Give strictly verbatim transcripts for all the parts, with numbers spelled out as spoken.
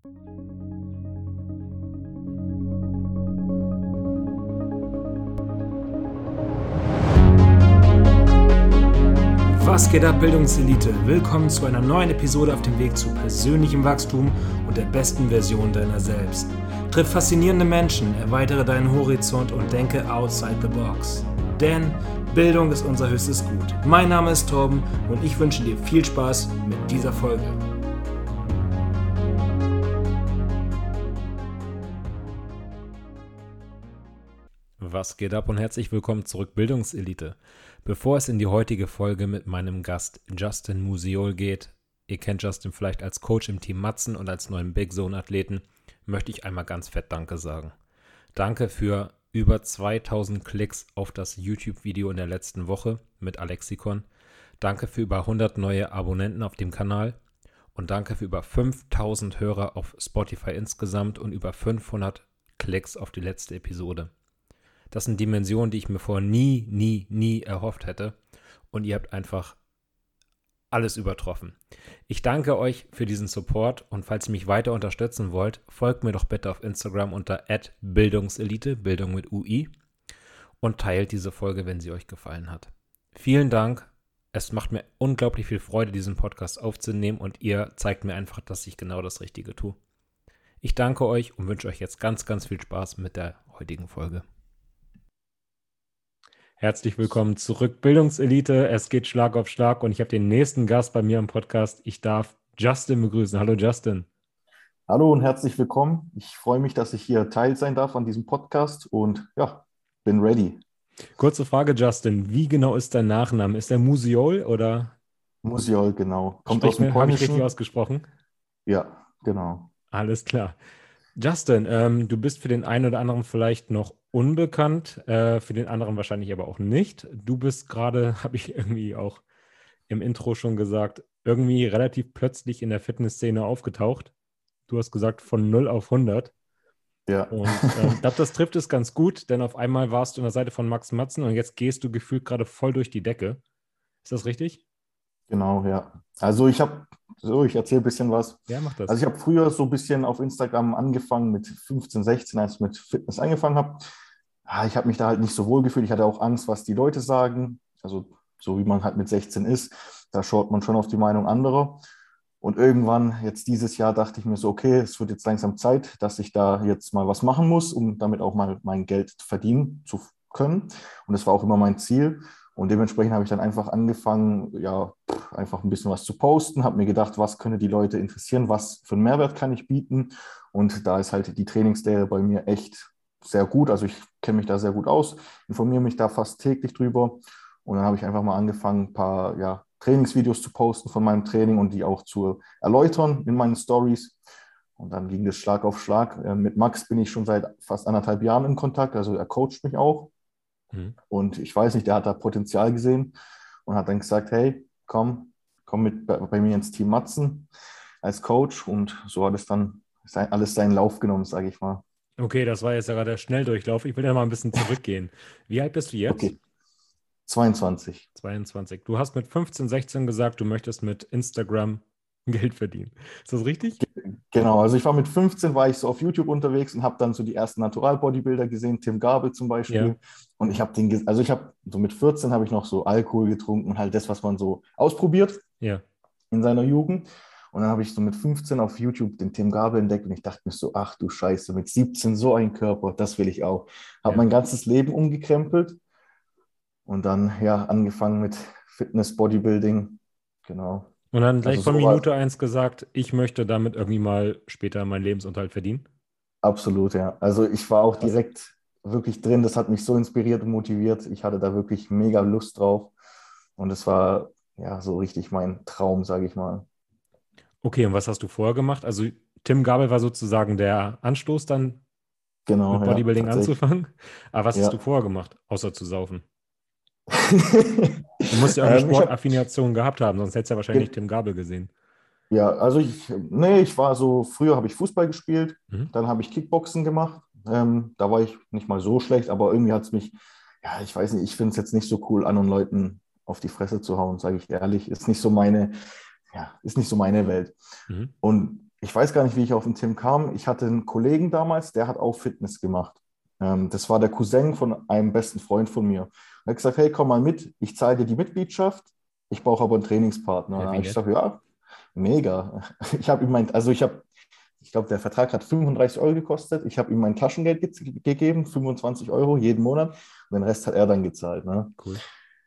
Was geht ab, Bildungselite? Willkommen zu einer neuen Episode auf dem Weg zu persönlichem Wachstum und der besten Version deiner selbst. Triff faszinierende Menschen, erweitere deinen Horizont und denke outside the box. Denn Bildung ist unser höchstes Gut. Mein Name ist Torben und ich wünsche dir viel Spaß mit dieser Folge. Was geht ab und herzlich willkommen zurück, Bildungselite. Bevor es in die heutige Folge mit meinem Gast Justin Musiol geht, ihr kennt Justin vielleicht als Coach im Team Matzen und als neuen Big Zone Athleten, möchte ich einmal ganz fett Danke sagen. Danke für über zweitausend Klicks auf das YouTube-Video in der letzten Woche mit Alexikon. Danke für über hundert neue Abonnenten auf dem Kanal und danke für über fünftausend Hörer auf Spotify insgesamt und über fünfhundert Klicks auf die letzte Episode. Das sind Dimensionen, die ich mir vorher nie, nie, nie erhofft hätte. Und ihr habt einfach alles übertroffen. Ich danke euch für diesen Support und falls ihr mich weiter unterstützen wollt, folgt mir doch bitte auf Instagram unter at bildungselite, Bildung mit U I, und teilt diese Folge, wenn sie euch gefallen hat. Vielen Dank. Es macht mir unglaublich viel Freude, diesen Podcast aufzunehmen und ihr zeigt mir einfach, dass ich genau das Richtige tue. Ich danke euch und wünsche euch jetzt ganz, ganz viel Spaß mit der heutigen Folge. Herzlich willkommen zurück, Bildungselite. Es geht Schlag auf Schlag und ich habe den nächsten Gast bei mir im Podcast. Ich darf Justin begrüßen. Hallo Justin. Hallo und herzlich willkommen. Ich freue mich, dass ich hier Teil sein darf an diesem Podcast und ja, bin ready. Kurze Frage, Justin. Wie genau ist dein Nachname? Ist der Musiol oder? Musiol, genau. Kommt aus dem Polnischen. Habe ich richtig ausgesprochen? Ja, genau. Alles klar. Justin, ähm, du bist für den einen oder anderen vielleicht noch unbekannt, äh, für den anderen wahrscheinlich aber auch nicht. Du bist gerade, habe ich irgendwie auch im Intro schon gesagt, irgendwie relativ plötzlich in der Fitnessszene aufgetaucht. Du hast gesagt von null auf hundert. Ja. Und ähm, ich glaube, das trifft es ganz gut, denn auf einmal warst du an der Seite von Max Matzen und jetzt gehst du gefühlt gerade voll durch die Decke. Ist das richtig? Genau, ja. Also ich habe, so ich erzähle ein bisschen was. Ja, mach das. Also ich habe früher so ein bisschen auf Instagram angefangen mit fünfzehn, sechzehn, als ich mit Fitness angefangen habe. Ja, ich habe mich da halt nicht so wohl gefühlt. Ich hatte auch Angst, was die Leute sagen. Also so wie man halt mit sechzehn ist, da schaut man schon auf die Meinung anderer. Und irgendwann, jetzt dieses Jahr, dachte ich mir so, okay, es wird jetzt langsam Zeit, dass ich da jetzt mal was machen muss, um damit auch mal mein Geld verdienen zu können. Und das war auch immer mein Ziel. Und dementsprechend habe ich dann einfach angefangen, ja, einfach ein bisschen was zu posten, habe mir gedacht, was könnte die Leute interessieren, was für einen Mehrwert kann ich bieten. Und da ist halt die Trainingslehre bei mir echt sehr gut. Also ich kenne mich da sehr gut aus, informiere mich da fast täglich drüber. Und dann habe ich einfach mal angefangen, ein paar ja, Trainingsvideos zu posten von meinem Training und die auch zu erläutern in meinen Stories. Und dann ging das Schlag auf Schlag. Mit Max bin ich schon seit fast anderthalb Jahren in Kontakt, also er coacht mich auch. Mhm. Und ich weiß nicht, der hat da Potenzial gesehen und hat dann gesagt, hey, komm, komm mit bei, bei mir ins Team Matzen als Coach. Und so hat es dann sein, alles seinen Lauf genommen, sage ich mal. Okay, das war jetzt ja gerade der Schnelldurchlauf. Ich will ja mal ein bisschen zurückgehen. Wie alt bist du jetzt? Okay, zweiundzwanzig. zweiundzwanzig. Du hast mit fünfzehn, sechzehn gesagt, du möchtest mit Instagram Geld verdienen. Ist das richtig? Genau, also ich war mit fünfzehn, war ich so auf YouTube unterwegs und habe dann so die ersten Natural-Bodybuilder gesehen, Tim Gabel zum Beispiel. Ja. Und ich habe den, also ich habe so mit vierzehn habe ich noch so Alkohol getrunken und halt das, was man so ausprobiert ja. in seiner Jugend. Und dann habe ich so mit fünfzehn auf YouTube den Tim Gabel entdeckt und ich dachte mir so, ach du Scheiße, mit siebzehn so ein Körper, das will ich auch. Habe ja. mein ganzes Leben umgekrempelt und dann ja angefangen mit Fitness, Bodybuilding, genau. Und dann gleich also von so Minute eins gesagt, ich möchte damit irgendwie mal später meinen Lebensunterhalt verdienen? Absolut, ja. Also ich war auch direkt wirklich drin. Das hat mich so inspiriert und motiviert. Ich hatte da wirklich mega Lust drauf. Und es war ja so richtig mein Traum, sage ich mal. Okay, und was hast du vorher gemacht? Also Tim Gabel war sozusagen der Anstoß dann, genau, mit Bodybuilding ja, anzufangen. Aber was ja. hast du vorher gemacht, außer zu saufen? Du musst ja auch eine Sportaffination gehabt haben, sonst hättest du ja wahrscheinlich nicht Tim Gabel gesehen. Ja, also ich, nee, ich war so, früher habe ich Fußball gespielt, mhm. dann habe ich Kickboxen gemacht. Ähm, da war ich nicht mal so schlecht, aber irgendwie hat es mich, ja, ich weiß nicht, ich finde es jetzt nicht so cool, anderen Leuten auf die Fresse zu hauen, sage ich ehrlich. Ist nicht so meine, ja, ist nicht so meine Welt. Mhm. Und ich weiß gar nicht, wie ich auf den Tim kam. Ich hatte einen Kollegen damals, der hat auch Fitness gemacht. Ähm, das war der Cousin von einem besten Freund von mir. Er hat gesagt, hey, komm mal mit, ich zahle dir die Mitgliedschaft, ich brauche aber einen Trainingspartner. Da Ja, wie habe ich nett. gesagt, ja, mega. Ich habe ihm mein, also ich habe, ich glaube, der Vertrag hat fünfunddreißig Euro gekostet. Ich habe ihm mein Taschengeld ge gegeben, fünfundzwanzig Euro jeden Monat. Und den Rest hat er dann gezahlt. Ne? Cool.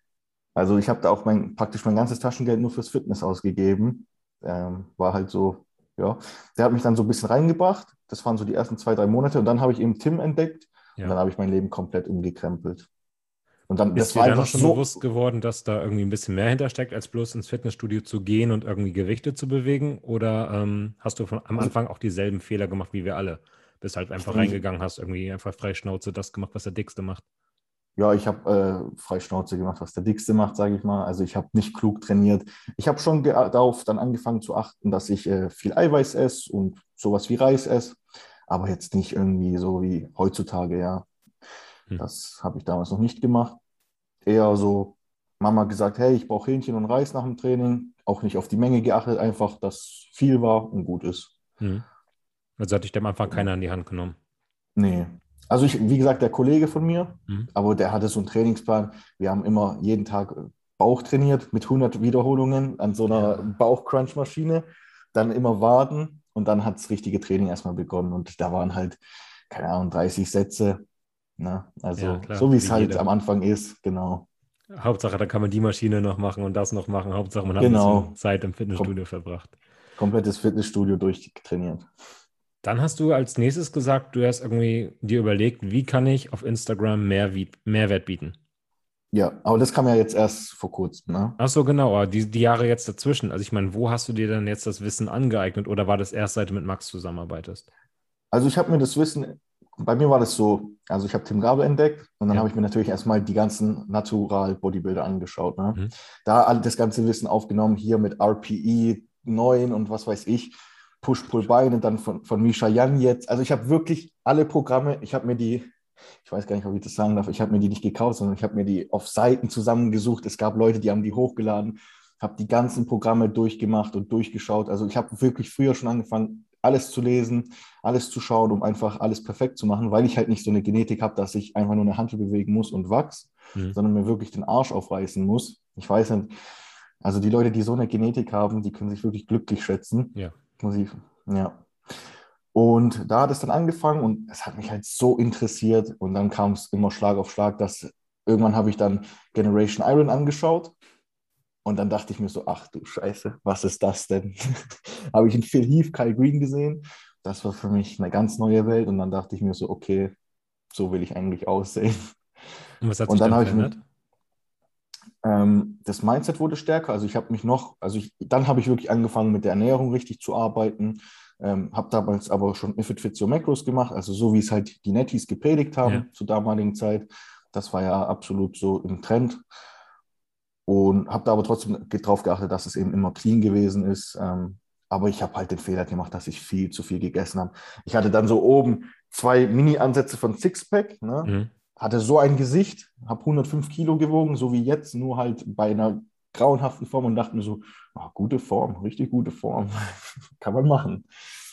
Also ich habe da auch mein, praktisch mein ganzes Taschengeld nur fürs Fitness ausgegeben. Ähm, war halt so, ja. Der hat mich dann so ein bisschen reingebracht. Das waren so die ersten zwei, drei Monate. Und dann habe ich eben Tim entdeckt und Ja. dann habe ich mein Leben komplett umgekrempelt. Und dann, Ist das dir war dann auch einfach schon so, bewusst geworden, dass da irgendwie ein bisschen mehr hintersteckt, als bloß ins Fitnessstudio zu gehen und irgendwie Gewichte zu bewegen? Oder ähm, hast du von, am also Anfang auch dieselben Fehler gemacht wie wir alle? Bist halt ich einfach denke, reingegangen, hast irgendwie einfach frei Schnauze das gemacht, was der Dickste macht. ja, ich habe äh, frei Schnauze gemacht, was der Dickste macht, sage ich mal. Also ich habe nicht klug trainiert. Ich habe schon ge- darauf dann angefangen zu achten, dass ich äh, viel Eiweiß esse und sowas wie Reis esse. Aber jetzt nicht irgendwie so wie heutzutage, ja. Hm. Das habe ich damals noch nicht gemacht. Eher so, Mama gesagt, hey, ich brauche Hähnchen und Reis nach dem Training. Auch nicht auf die Menge geachtet, einfach, dass viel war und gut ist. Hm. Also hat dich am Anfang keiner Genau. an die Hand genommen. Nee. Also ich, wie gesagt, der Kollege von mir, Hm. aber der hatte so einen Trainingsplan. Wir haben immer jeden Tag äh, Bauch trainiert mit hundert Wiederholungen an so einer Ja, Bauch-Crunch-Maschine. Dann immer Waden und dann hat das richtige Training erstmal begonnen. Und da waren halt, keine Ahnung, dreißig Sätze. Ne? ja, Also klar, so wie wie es halt jeder. am Anfang ist, genau. Hauptsache, da kann man die Maschine noch machen und das noch machen. Hauptsache, man hat ein bisschen Genau. Zeit im Kom Fitnessstudio verbracht. komplettes Fitnessstudio durchtrainiert. Dann hast du als nächstes gesagt, du hast irgendwie dir überlegt, wie kann ich auf Instagram mehr Wie- Mehrwert bieten? Ja, aber das kam ja jetzt erst vor kurzem, ne? Ach so, genau, aber die, die Jahre jetzt dazwischen. Also ich meine, wo hast du dir dann jetzt das Wissen angeeignet oder war das erst, seit du mit Max zusammenarbeitest? Also ich habe mir das Wissen, bei mir war das so, also ich habe Tim Gabel entdeckt und dann Ja. habe ich mir natürlich erstmal die ganzen Natural Bodybuilder angeschaut, ne? Mhm. Da all das ganze Wissen aufgenommen, hier mit R P E neun und was weiß ich, Push-Pull-Beine, dann von, von Misha Yan jetzt. Also ich habe wirklich alle Programme, ich habe mir die, ich weiß gar nicht, ob ich das sagen darf, ich habe mir die nicht gekauft, sondern ich habe mir die auf Seiten zusammengesucht. Es gab Leute, die haben die hochgeladen, habe die ganzen Programme durchgemacht und durchgeschaut. Also ich habe wirklich früher schon angefangen, alles zu lesen, alles zu schauen, um einfach alles perfekt zu machen, weil ich halt nicht so eine Genetik habe, dass ich einfach nur eine Hantel bewegen muss und wachs, Mhm. sondern mir wirklich den Arsch aufreißen muss. Ich weiß nicht, also die Leute, die so eine Genetik haben, die können sich wirklich glücklich schätzen. Ja. Muss ich, ja. Und da hat es dann angefangen und es hat mich halt so interessiert und dann kam es immer Schlag auf Schlag, dass irgendwann habe ich dann Generation Iron angeschaut und dann dachte ich mir so, ach du Scheiße, was ist das denn? Habe ich in Phil Heath, Kyle Green gesehen. Das war für mich eine ganz neue Welt und dann dachte ich mir so, okay, so will ich eigentlich aussehen. Und was hat Und sich dann dann habe ich mich, verändert? ähm, das Mindset wurde stärker. Also ich habe mich noch, also ich, dann habe ich wirklich angefangen mit der Ernährung richtig zu arbeiten. Ähm, habe damals aber schon If It Fits Your Macros gemacht, also so wie es halt die Netties gepredigt Ja. haben zur damaligen Zeit. Das war ja absolut so im Trend. Und habe da aber trotzdem darauf geachtet, dass es eben immer clean gewesen ist. Ähm, aber ich habe halt den Fehler gemacht, dass ich viel zu viel gegessen habe. Ich hatte dann so oben zwei Mini-Ansätze von Sixpack, ne? Mhm. Hatte so ein Gesicht, habe hundertfünf Kilo gewogen, so wie jetzt, nur halt bei einer grauenhaften Form und dachte mir so, ah, gute Form, richtig gute Form. Kann man machen.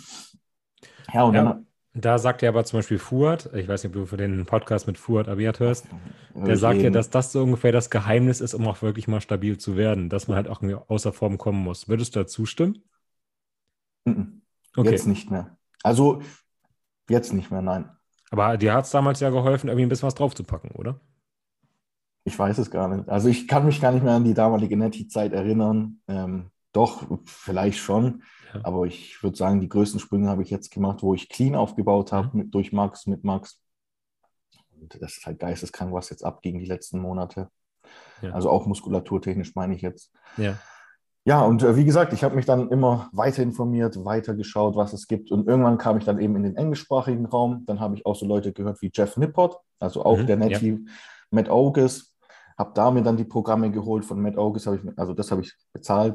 Ja, und Ja, dann da sagt ja aber zum Beispiel Fuad, ich weiß nicht, ob du für den Podcast mit Fuad Abiyat hörst, höre der ich sagt ja, dass jeden. das so ungefähr das Geheimnis ist, um auch wirklich mal stabil zu werden, dass man halt auch irgendwie außer Form kommen muss. Würdest du da zustimmen? Mhm. Okay. Jetzt nicht mehr. Also jetzt nicht mehr, nein. Aber dir hat es damals ja geholfen, irgendwie ein bisschen was draufzupacken, oder? Ich weiß es gar nicht. Also ich kann mich gar nicht mehr an die damalige Netty-Zeit erinnern. Ähm, doch, vielleicht schon. Ja. Aber ich würde sagen, die größten Sprünge habe ich jetzt gemacht, wo ich clean aufgebaut Mhm. habe, mit, durch Max, mit Max. Und das ist halt geisteskrank, was jetzt abging die letzten Monate. Ja. Also auch muskulaturtechnisch meine ich jetzt. Ja. Ja, und äh, wie gesagt, ich habe mich dann immer weiter informiert, weiter geschaut, was es gibt. Und irgendwann kam ich dann eben in den englischsprachigen Raum. Dann habe ich auch so Leute gehört wie Jeff Nippert, also auch Mhm. der Ja. Netty Matt Auges. Habe da mir dann die Programme geholt von Matt Auges, habe ich, mir- also das habe ich bezahlt.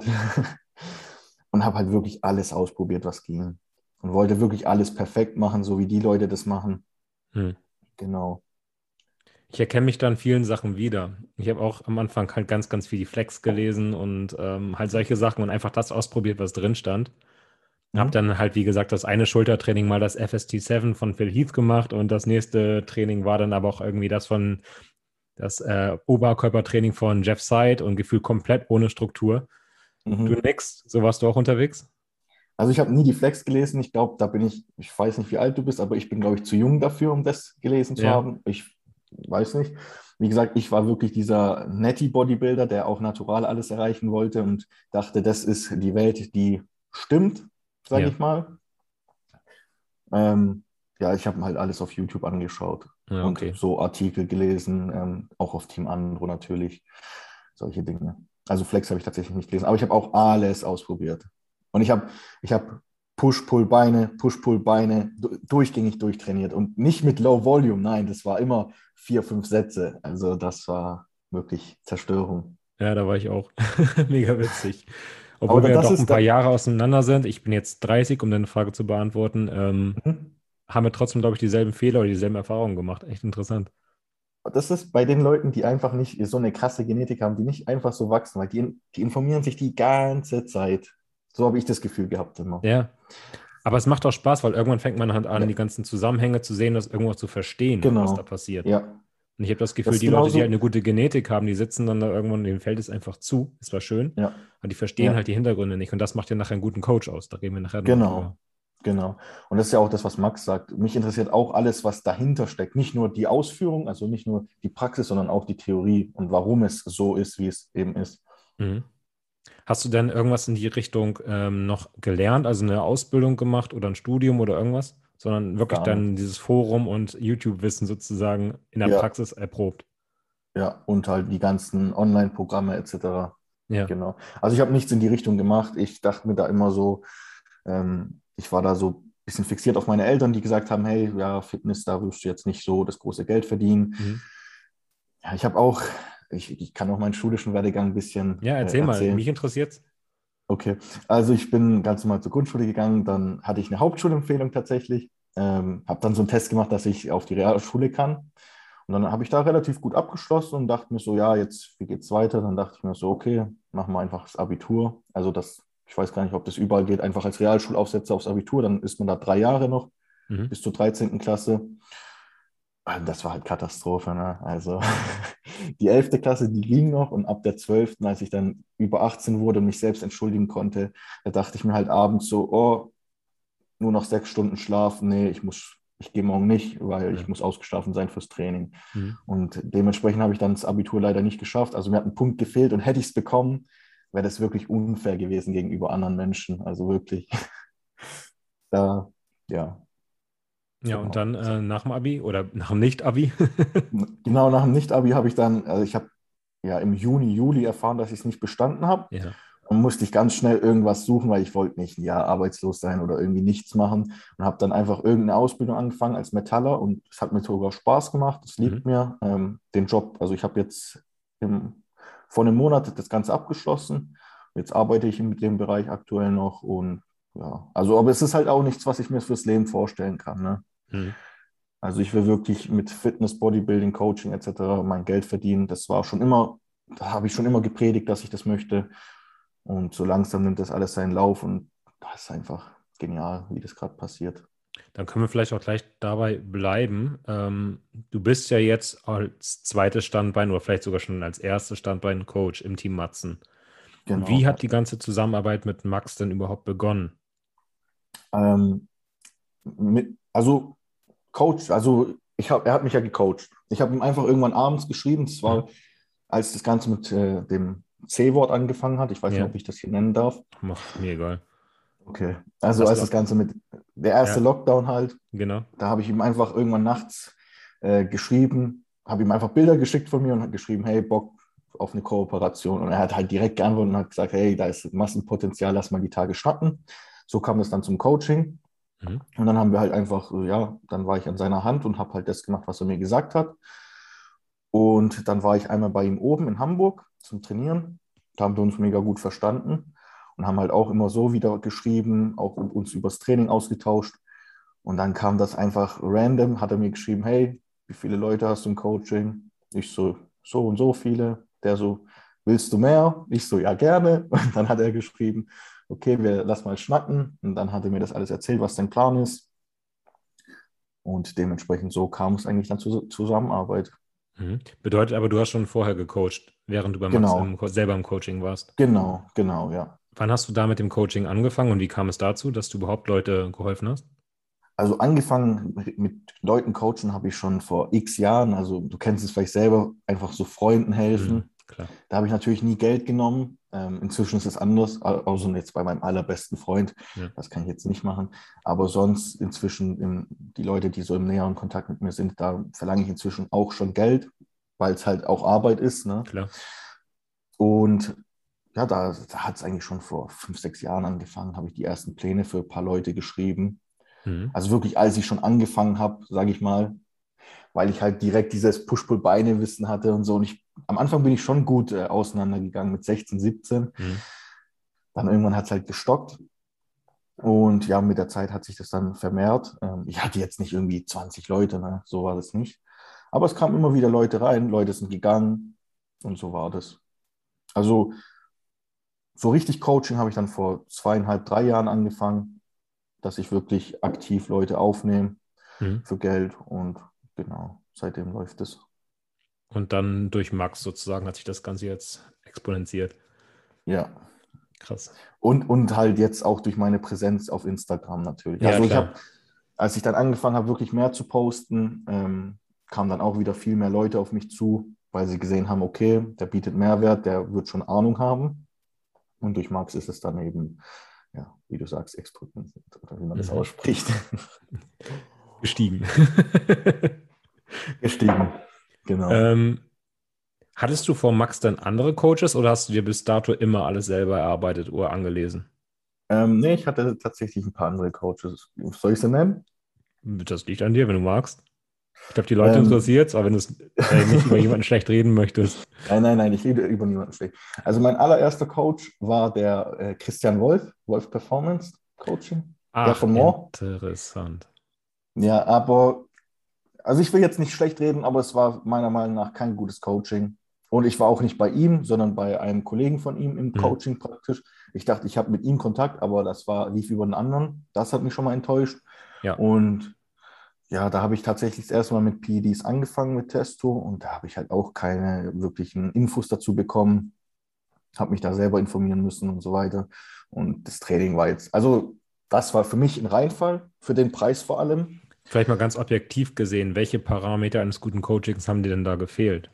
Und habe halt wirklich alles ausprobiert, was ging. Und wollte wirklich alles perfekt machen, so wie die Leute das machen. Mhm. Genau. Ich erkenne mich da in vielen Sachen wieder. Ich habe auch am Anfang halt ganz, ganz viel die Flex gelesen und ähm, halt solche Sachen und einfach das ausprobiert, was drin stand. Habe Mhm. dann halt, wie gesagt, das eine Schultertraining mal das F S T sieben von Phil Heath gemacht und das nächste Training war dann aber auch irgendwie das von das äh, Oberkörpertraining von Jeff Seid und gefühlt komplett ohne Struktur. Du Mhm. nix, so warst du auch unterwegs? Also ich habe nie die Flex gelesen. Ich glaube, da bin ich, ich weiß nicht, wie alt du bist, aber ich bin, glaube ich, zu jung dafür, um das gelesen zu Ja, haben. Ich weiß nicht. Wie gesagt, ich war wirklich dieser Netty-Bodybuilder, der auch natural alles erreichen wollte und dachte, das ist die Welt, die stimmt, sage ja, ich mal. Ähm, ja, ich habe mir halt alles auf YouTube angeschaut ja, und okay. so Artikel gelesen, ähm, auch auf Team Andro natürlich, solche Dinge. Also Flex habe ich tatsächlich nicht gelesen, aber ich habe auch alles ausprobiert. Und ich habe ich hab Push-Pull-Beine, Push-Pull-Beine du- durchgängig durchtrainiert und nicht mit Low Volume, nein, das war immer vier, fünf Sätze. Also das war wirklich Zerstörung. Ja, da war ich auch. Mega witzig. Aber Obwohl wir da- ja das doch ein ist paar da. Jahre auseinander sind. Ich bin jetzt dreißig, um deine Frage zu beantworten. Ähm, Mhm. haben wir trotzdem, glaube ich, dieselben Fehler oder dieselben Erfahrungen gemacht. Echt interessant. Das ist bei den Leuten, die einfach nicht so eine krasse Genetik haben, die nicht einfach so wachsen, weil die, die informieren sich die ganze Zeit. So habe ich das Gefühl gehabt immer. Ja, aber es macht auch Spaß, weil irgendwann fängt man halt an, Ja, die ganzen Zusammenhänge zu sehen, das irgendwo zu verstehen, was da genau. passiert. Ja, Und ich habe das das Gefühl, ist die Leute, die halt genauso. eine gute Genetik haben, die sitzen dann da irgendwann, denen fällt es einfach zu. Ist zwar schön, Ja, aber die verstehen halt ja, die Hintergründe nicht. Und das macht ja nachher einen guten Coach aus. Da reden wir nachher nochmal drüber. genau. Genau. Und das ist ja auch das, was Max sagt. Mich interessiert auch alles, was dahinter steckt. Nicht nur die Ausführung, also nicht nur die Praxis, sondern auch die Theorie und warum es so ist, wie es eben ist. Mhm. Hast du denn irgendwas in die Richtung ähm, noch gelernt, also eine Ausbildung gemacht oder ein Studium oder irgendwas? Sondern wirklich Gar nicht. dann dieses Forum und YouTube-Wissen sozusagen in der Ja, Praxis erprobt. ja. Und halt die ganzen Online-Programme et cetera. Ja. Genau. Also ich habe nichts in die Richtung gemacht. Ich dachte mir da immer so, Ähm, ich war da so ein bisschen fixiert auf meine Eltern, die gesagt haben, hey, ja, Fitness, da wirst du jetzt nicht so das große Geld verdienen. Mhm. Ja, ich habe auch, ich, ich kann auch meinen schulischen Werdegang ein bisschen Ja, äh, erzähl mal, mich erzählen. interessiert's. Okay, also ich bin ganz normal zur Grundschule gegangen, dann hatte ich eine Hauptschulempfehlung tatsächlich, ähm, habe dann so einen Test gemacht, dass ich auf die Realschule kann. Und dann habe ich da relativ gut abgeschlossen und dachte mir so, ja, jetzt, wie geht's weiter? Dann dachte ich mir so, okay, machen wir einfach das Abitur. Also das, ich weiß gar nicht, ob das überall geht, einfach als Realschulaufsetzer aufs Abitur, dann ist man da drei Jahre noch Mhm. bis zur dreizehnten Klasse. Ah, das war halt Katastrophe, ne? Also die elfte Klasse, die ging noch und ab der zwölften, als ich dann über achtzehn wurde und mich selbst entschuldigen konnte, da dachte ich mir halt abends so, oh, nur noch sechs Stunden Schlaf, nee, ich muss, ich gehe morgen nicht, weil Ja. ich muss ausgeschlafen sein fürs Training. Mhm. Und dementsprechend habe ich dann das Abitur leider nicht geschafft. Also mir hat ein Punkt gefehlt und hätte ich es bekommen, wäre das wirklich unfair gewesen gegenüber anderen Menschen. Also wirklich, da, ja, Ja, und genau. dann äh, nach dem Abi oder nach dem Nicht-Abi? Genau nach dem Nicht-Abi habe ich dann, also ich habe ja im Juni, Juli erfahren, dass ich es nicht bestanden habe. Ja. Dann musste ich ganz schnell irgendwas suchen, weil ich wollte nicht ein Jahr arbeitslos sein oder irgendwie nichts machen und habe dann einfach irgendeine Ausbildung angefangen als Metaller und es hat mir sogar Spaß gemacht, es liegt Mhm. mir, ähm, den Job, also ich habe jetzt im, vor einem Monat das Ganze abgeschlossen, jetzt arbeite ich in dem Bereich aktuell noch und ja, also aber es ist halt auch nichts, was ich mir fürs Leben vorstellen kann, ne? Mhm. Also ich will wirklich mit Fitness, Bodybuilding, Coaching et cetera mein Geld verdienen. Das war schon immer, da habe ich schon immer gepredigt, dass ich das möchte. Und so langsam nimmt das alles seinen Lauf und das ist einfach genial, wie das gerade passiert. Dann können wir vielleicht auch gleich dabei bleiben. Ähm, du bist ja jetzt als zweites Standbein oder vielleicht sogar schon als erstes Standbein Coach im Team Matzen. Wie Genau. hat die ganze Zusammenarbeit mit Max denn überhaupt begonnen? Ähm, mit, also Coach, also ich hab, er hat mich ja gecoacht. Ich habe ihm einfach irgendwann abends geschrieben, das Mhm. war, als das Ganze mit äh, dem C-Wort angefangen hat. Ich weiß nicht, Ja, ob ich das hier nennen darf. mach mir egal. Okay. Also Das als das Lock. Ganze mit der erste Ja, Lockdown halt. genau. Da habe ich ihm einfach irgendwann nachts äh, geschrieben, habe ihm einfach Bilder geschickt von mir und hat geschrieben, hey, Bock auf eine Kooperation. Und er hat halt direkt geantwortet und hat gesagt, hey, da ist Massenpotenzial, lass mal die Tage schnacken. So kam es dann zum Coaching. Mhm. Und dann haben wir halt einfach, so, ja, dann war ich an seiner Hand und habe halt das gemacht, was er mir gesagt hat. Und dann war ich einmal bei ihm oben in Hamburg zum Trainieren. Da haben wir uns mega gut verstanden und haben halt auch immer so wieder geschrieben, auch uns übers Training ausgetauscht. Und dann kam das einfach random, hat er mir geschrieben, hey, wie viele Leute hast du im Coaching? Ich so, so und so viele. Der so, willst du mehr? Ich so, ja, gerne. Und dann hat er geschrieben, okay, wir lass mal schnacken. Und dann hat er mir das alles erzählt, was sein Plan ist. Und dementsprechend so kam es eigentlich dann zur Zusammenarbeit. Mhm. Bedeutet aber, du hast schon vorher gecoacht, während du bei Max im, Genau, Co- selber im Coaching warst. genau, genau, ja. Wann hast du da mit dem Coaching angefangen und wie kam es dazu, dass du überhaupt Leute geholfen hast? Also angefangen mit mit Leuten coachen habe ich schon vor x Jahren. Also du kennst es vielleicht selber, einfach so Freunden Mhm, helfen. klar. Da habe ich natürlich nie Geld genommen. Ähm, inzwischen ist es anders, au- außer jetzt bei meinem allerbesten Freund. Ja. Das kann ich jetzt nicht machen. Aber sonst inzwischen im, die Leute, die so im näheren Kontakt mit mir sind, da verlange ich inzwischen auch schon Geld, weil es halt auch Arbeit ist. Ne? Klar. Und ja, da, da hat es eigentlich schon vor fünf, sechs Jahren angefangen, habe ich die ersten Pläne für ein paar Leute geschrieben. Mhm. Also wirklich, als ich schon angefangen habe, sage ich mal, weil ich halt direkt dieses Push-Pull-Beine-Wissen hatte und so. Und ich, am Anfang bin ich schon gut äh, auseinandergegangen mit sechzehn, siebzehn. Mhm. Dann irgendwann hat es halt gestockt. Und ja, mit der Zeit hat sich das dann vermehrt. Ähm, ich hatte jetzt nicht irgendwie zwanzig Leute, ne? So war das nicht. Aber es kamen immer wieder Leute rein, Leute sind gegangen und so war das. Also so richtig Coaching habe ich dann vor zweieinhalb, drei Jahren angefangen, dass ich wirklich aktiv Leute aufnehme Mhm. für Geld und genau, seitdem läuft es. Und dann durch Max sozusagen hat sich das Ganze jetzt exponentiert. Ja. Krass. Und, und halt jetzt auch durch meine Präsenz auf Instagram natürlich. Ja, Also ich klar. habe, als ich dann angefangen habe, wirklich mehr zu posten, ähm, kamen dann auch wieder viel mehr Leute auf mich zu, weil sie gesehen haben, okay, der bietet Mehrwert, der wird schon Ahnung haben. Und durch Max ist es dann eben, ja, wie du sagst, explodiert oder wie man das Mhm. ausspricht, Gestiegen. gestiegen. Genau. Ähm, hattest du vor Max dann andere Coaches oder hast du dir bis dato immer alles selber erarbeitet oder angelesen? Ähm, nee, ich hatte tatsächlich ein paar andere Coaches. Soll ich sie nennen? Das liegt an dir, wenn du magst. Ich glaube, die Leute Ähm, interessiert es, aber wenn du es äh, nicht über jemanden schlecht reden möchtest. Nein, nein, nein, ich rede über niemanden schlecht. Also mein allererster Coach war der äh, Christian Wolf, Wolf Performance Coaching, der Ach, von More. interessant. Ja, aber, also ich will jetzt nicht schlecht reden, aber es war meiner Meinung nach kein gutes Coaching. Und ich war auch nicht bei ihm, sondern bei einem Kollegen von ihm im Hm. Coaching praktisch. Ich dachte, ich habe mit ihm Kontakt, aber das war, lief über einen anderen. Das hat mich schon mal enttäuscht. Ja. Und ja, da habe ich tatsächlich das erste Mal mit P E Ds angefangen mit Testo und da habe ich halt auch keine wirklichen Infos dazu bekommen, habe mich da selber informieren müssen und so weiter. Und das Training war jetzt, also das war für mich ein Reinfall, für den Preis vor allem. Vielleicht mal ganz objektiv gesehen, welche Parameter eines guten Coachings haben dir denn da gefehlt?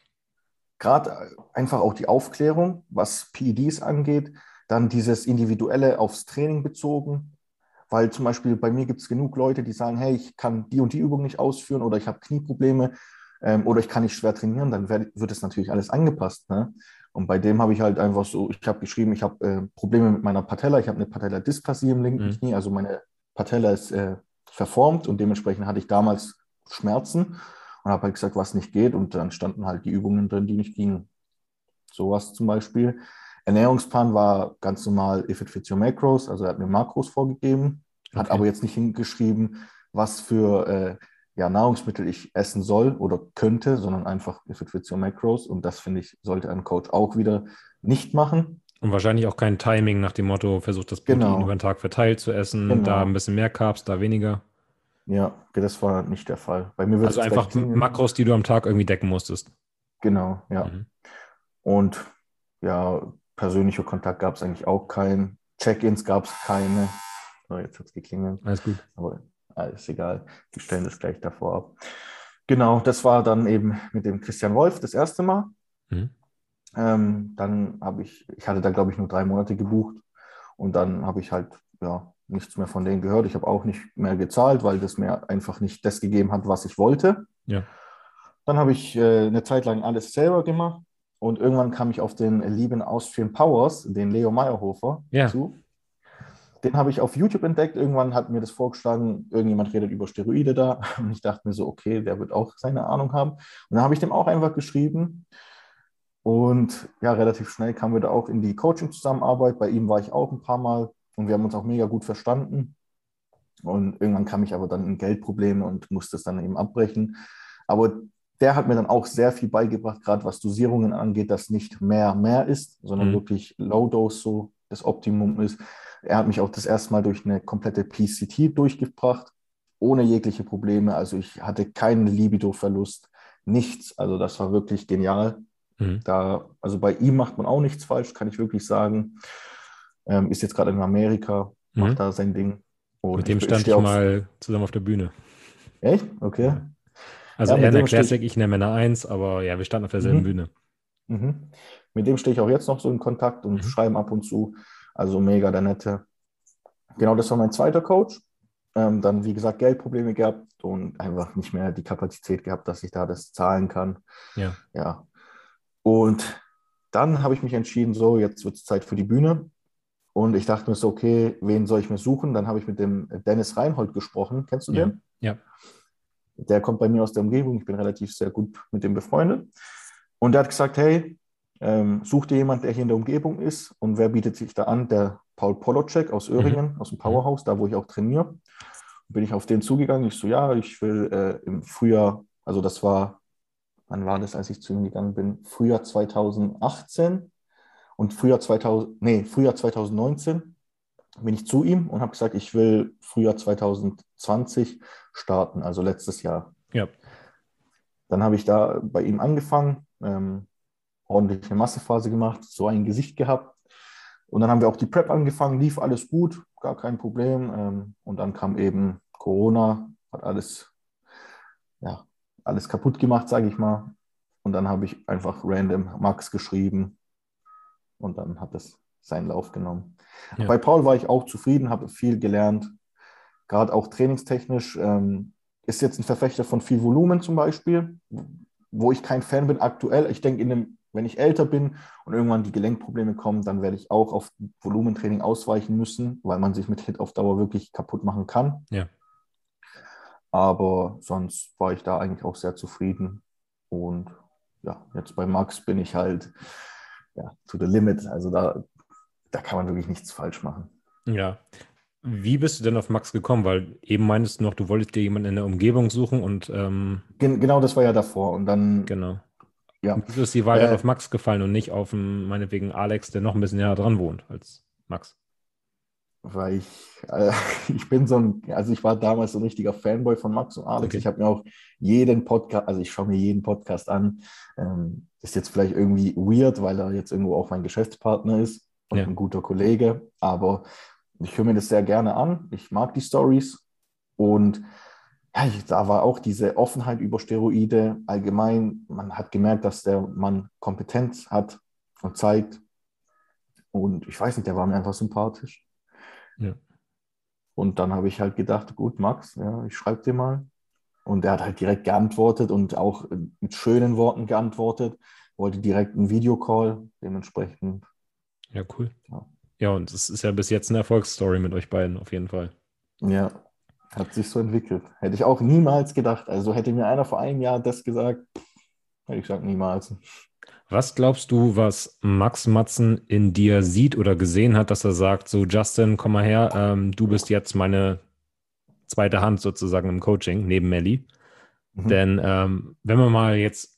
Gerade einfach auch die Aufklärung, was P E Ds angeht, dann dieses Individuelle aufs Training bezogen, weil zum Beispiel bei mir gibt es genug Leute, die sagen, hey, ich kann die und die Übung nicht ausführen oder ich habe Knieprobleme ähm, oder ich kann nicht schwer trainieren, dann werd, wird es natürlich alles angepasst. Ne? Und bei dem habe ich halt einfach so, ich habe geschrieben, ich habe äh, Probleme mit meiner Patella, ich habe eine Patelladysplasie im linken Hm. Knie, also meine Patella ist äh, verformt und dementsprechend hatte ich damals Schmerzen und habe halt gesagt, was nicht geht und dann standen halt die Übungen drin, die nicht gingen. Sowas zum Beispiel. Ernährungsplan war ganz normal If it fits your macros, also er hat mir Makros vorgegeben, hat Okay. aber jetzt nicht hingeschrieben, was für äh, ja, Nahrungsmittel ich essen soll oder könnte, sondern einfach If it fits your macros und das finde ich, sollte ein Coach auch wieder nicht machen. Und wahrscheinlich auch kein Timing nach dem Motto, versucht das Protein über den Genau, Tag verteilt zu essen, da ein genau. bisschen mehr Carbs, da weniger. Ja, das war nicht der Fall. Bei mir wird es Also jetzt gleich einfach M- klingeln. Makros, die du am Tag irgendwie decken musstest. Genau, ja. Mhm. Und ja, persönlicher Kontakt gab es eigentlich auch keinen. Check-ins gab es keine. So, jetzt hat es geklingelt. Alles gut. Aber alles egal. Wir stellen das gleich davor ab. Genau, das war dann eben mit dem Christian Wolf das erste Mal. Mhm. Ähm, dann habe ich, ich hatte da glaube ich nur drei Monate gebucht und dann habe ich halt ja nichts mehr von denen gehört. Ich habe auch nicht mehr gezahlt, weil das mir einfach nicht das gegeben hat, was ich wollte. Ja. Dann habe ich äh, eine Zeit lang alles selber gemacht und irgendwann kam ich auf den lieben Austrian Powers, den Leo Meyerhofer, Ja. zu. Den habe ich auf YouTube entdeckt. Irgendwann hat mir das vorgeschlagen, irgendjemand redet über Steroide da. Und ich dachte mir so, okay, der wird auch seine Ahnung haben. Und dann habe ich dem auch einfach geschrieben. Und ja, relativ schnell kamen wir da auch in die Coaching-Zusammenarbeit. Bei ihm war ich auch ein paar Mal und wir haben uns auch mega gut verstanden. Und irgendwann kam ich aber dann in Geldprobleme und musste es dann eben abbrechen. Aber der hat mir dann auch sehr viel beigebracht, gerade was Dosierungen angeht, dass nicht mehr mehr ist, sondern Mhm. wirklich Low Dose so das Optimum ist. Er hat mich auch das erste Mal durch eine komplette P C T durchgebracht, ohne jegliche Probleme. Also ich hatte keinen Libido-Verlust, nichts. Also das war wirklich genial. Mhm. Da, also bei ihm macht man auch nichts falsch, kann ich wirklich sagen. Ähm, ist jetzt gerade in Amerika, macht Mhm. da sein Ding. Mit Und dem ich, ich stand stehe ich auf. mal zusammen auf der Bühne. Echt? Okay. Ja. Also Ja, er mit in der dem stehe Classic, ich. ich in der Männer eins, aber ja, wir standen auf derselben Mhm, Bühne. mhm. Mit dem stehe ich auch jetzt noch so in Kontakt und Mhm. schreiben ab und zu. Also mega der Nette. Genau, das war mein zweiter Coach. Ähm, dann, wie gesagt, Geldprobleme gehabt und einfach nicht mehr die Kapazität gehabt, dass ich da das zahlen kann. Ja. Ja. Und dann habe ich mich entschieden, so, jetzt wird es Zeit für die Bühne. Und ich dachte mir so, okay, wen soll ich mir suchen? Dann habe ich mit dem Dennis Reinhold gesprochen. Kennst du Ja. den? Ja. Der kommt bei mir aus der Umgebung. Ich bin relativ sehr gut mit dem befreundet. Und der hat gesagt, hey, ähm, such dir jemand, der hier in der Umgebung ist. Und wer bietet sich da an? Der Paul Polocek aus Mhm. Öhringen, aus dem Mhm. Powerhouse, da wo ich auch trainiere. Bin ich auf den zugegangen. Ich so, ja, ich will äh, im Frühjahr, also das war, wann war das, als ich zu ihm gegangen bin? Frühjahr zweitausendachtzehn und Frühjahr zweitausend, nee, Frühjahr zweitausendneunzehn bin ich zu ihm und habe gesagt, ich will Frühjahr zweitausendzwanzig starten, also letztes Jahr. Ja. Dann habe ich da bei ihm angefangen, ähm, ordentlich eine Massephase gemacht, so ein Gesicht gehabt. Und dann haben wir auch die Prep angefangen, lief alles gut, gar kein Problem. Ähm, und dann kam eben Corona, hat alles, ja, alles kaputt gemacht, sage ich mal. Und dann habe ich einfach random Max geschrieben und dann hat es seinen Lauf genommen. Ja. Bei Paul war ich auch zufrieden, habe viel gelernt, gerade auch trainingstechnisch. Ähm, ist jetzt ein Verfechter von viel Volumen zum Beispiel, wo ich kein Fan bin aktuell. Ich denke, in dem, wenn ich älter bin und irgendwann die Gelenkprobleme kommen, dann werde ich auch auf Volumentraining ausweichen müssen, weil man sich mit Hit auf Dauer wirklich kaputt machen kann. Ja. Aber sonst war ich da eigentlich auch sehr zufrieden. Und ja, jetzt bei Max bin ich halt ja, to the limit. Also da, da kann man wirklich nichts falsch machen. Ja. Wie bist du denn auf Max gekommen? Weil eben meintest du noch, du wolltest dir jemanden in der Umgebung suchen und ähm, Gen genau das war ja davor. Und dann, genau. ja, Wieso ist die Wahl dann äh, auf Max gefallen und nicht auf einen, meinetwegen Alex, der noch ein bisschen näher dran wohnt als Max? weil ich, äh, ich bin so ein, also ich war damals so ein richtiger Fanboy von Max und Alex. Okay. Ich habe mir auch jeden Podcast, also ich schaue mir jeden Podcast an. Ähm, ist jetzt vielleicht irgendwie weird, weil er jetzt irgendwo auch mein Geschäftspartner ist und Ja. ein guter Kollege, aber ich höre mir das sehr gerne an. Ich mag die Stories und ja, ich, da war auch diese Offenheit über Steroide allgemein. Man hat gemerkt, dass der Mann Kompetenz hat und zeigt. Und ich weiß nicht, der war mir einfach sympathisch. Ja. Und dann habe ich halt gedacht, gut, Max, ja, ich schreibe dir mal. Und er hat halt direkt geantwortet und auch mit schönen Worten geantwortet, wollte direkt einen Videocall, dementsprechend. Ja, cool. Ja, Ja, und es ist ja bis jetzt eine Erfolgsstory mit euch beiden auf jeden Fall. ja, hat sich so entwickelt. Hätte ich auch niemals gedacht. Also hätte mir einer vor einem Jahr das gesagt, hätte ich gesagt, niemals. Was glaubst du, was Max Matzen in dir sieht oder gesehen hat, dass er sagt, so Justin, komm mal her, ähm, du bist jetzt meine zweite Hand sozusagen im Coaching neben Melli. Mhm. Denn ähm, wenn man mal jetzt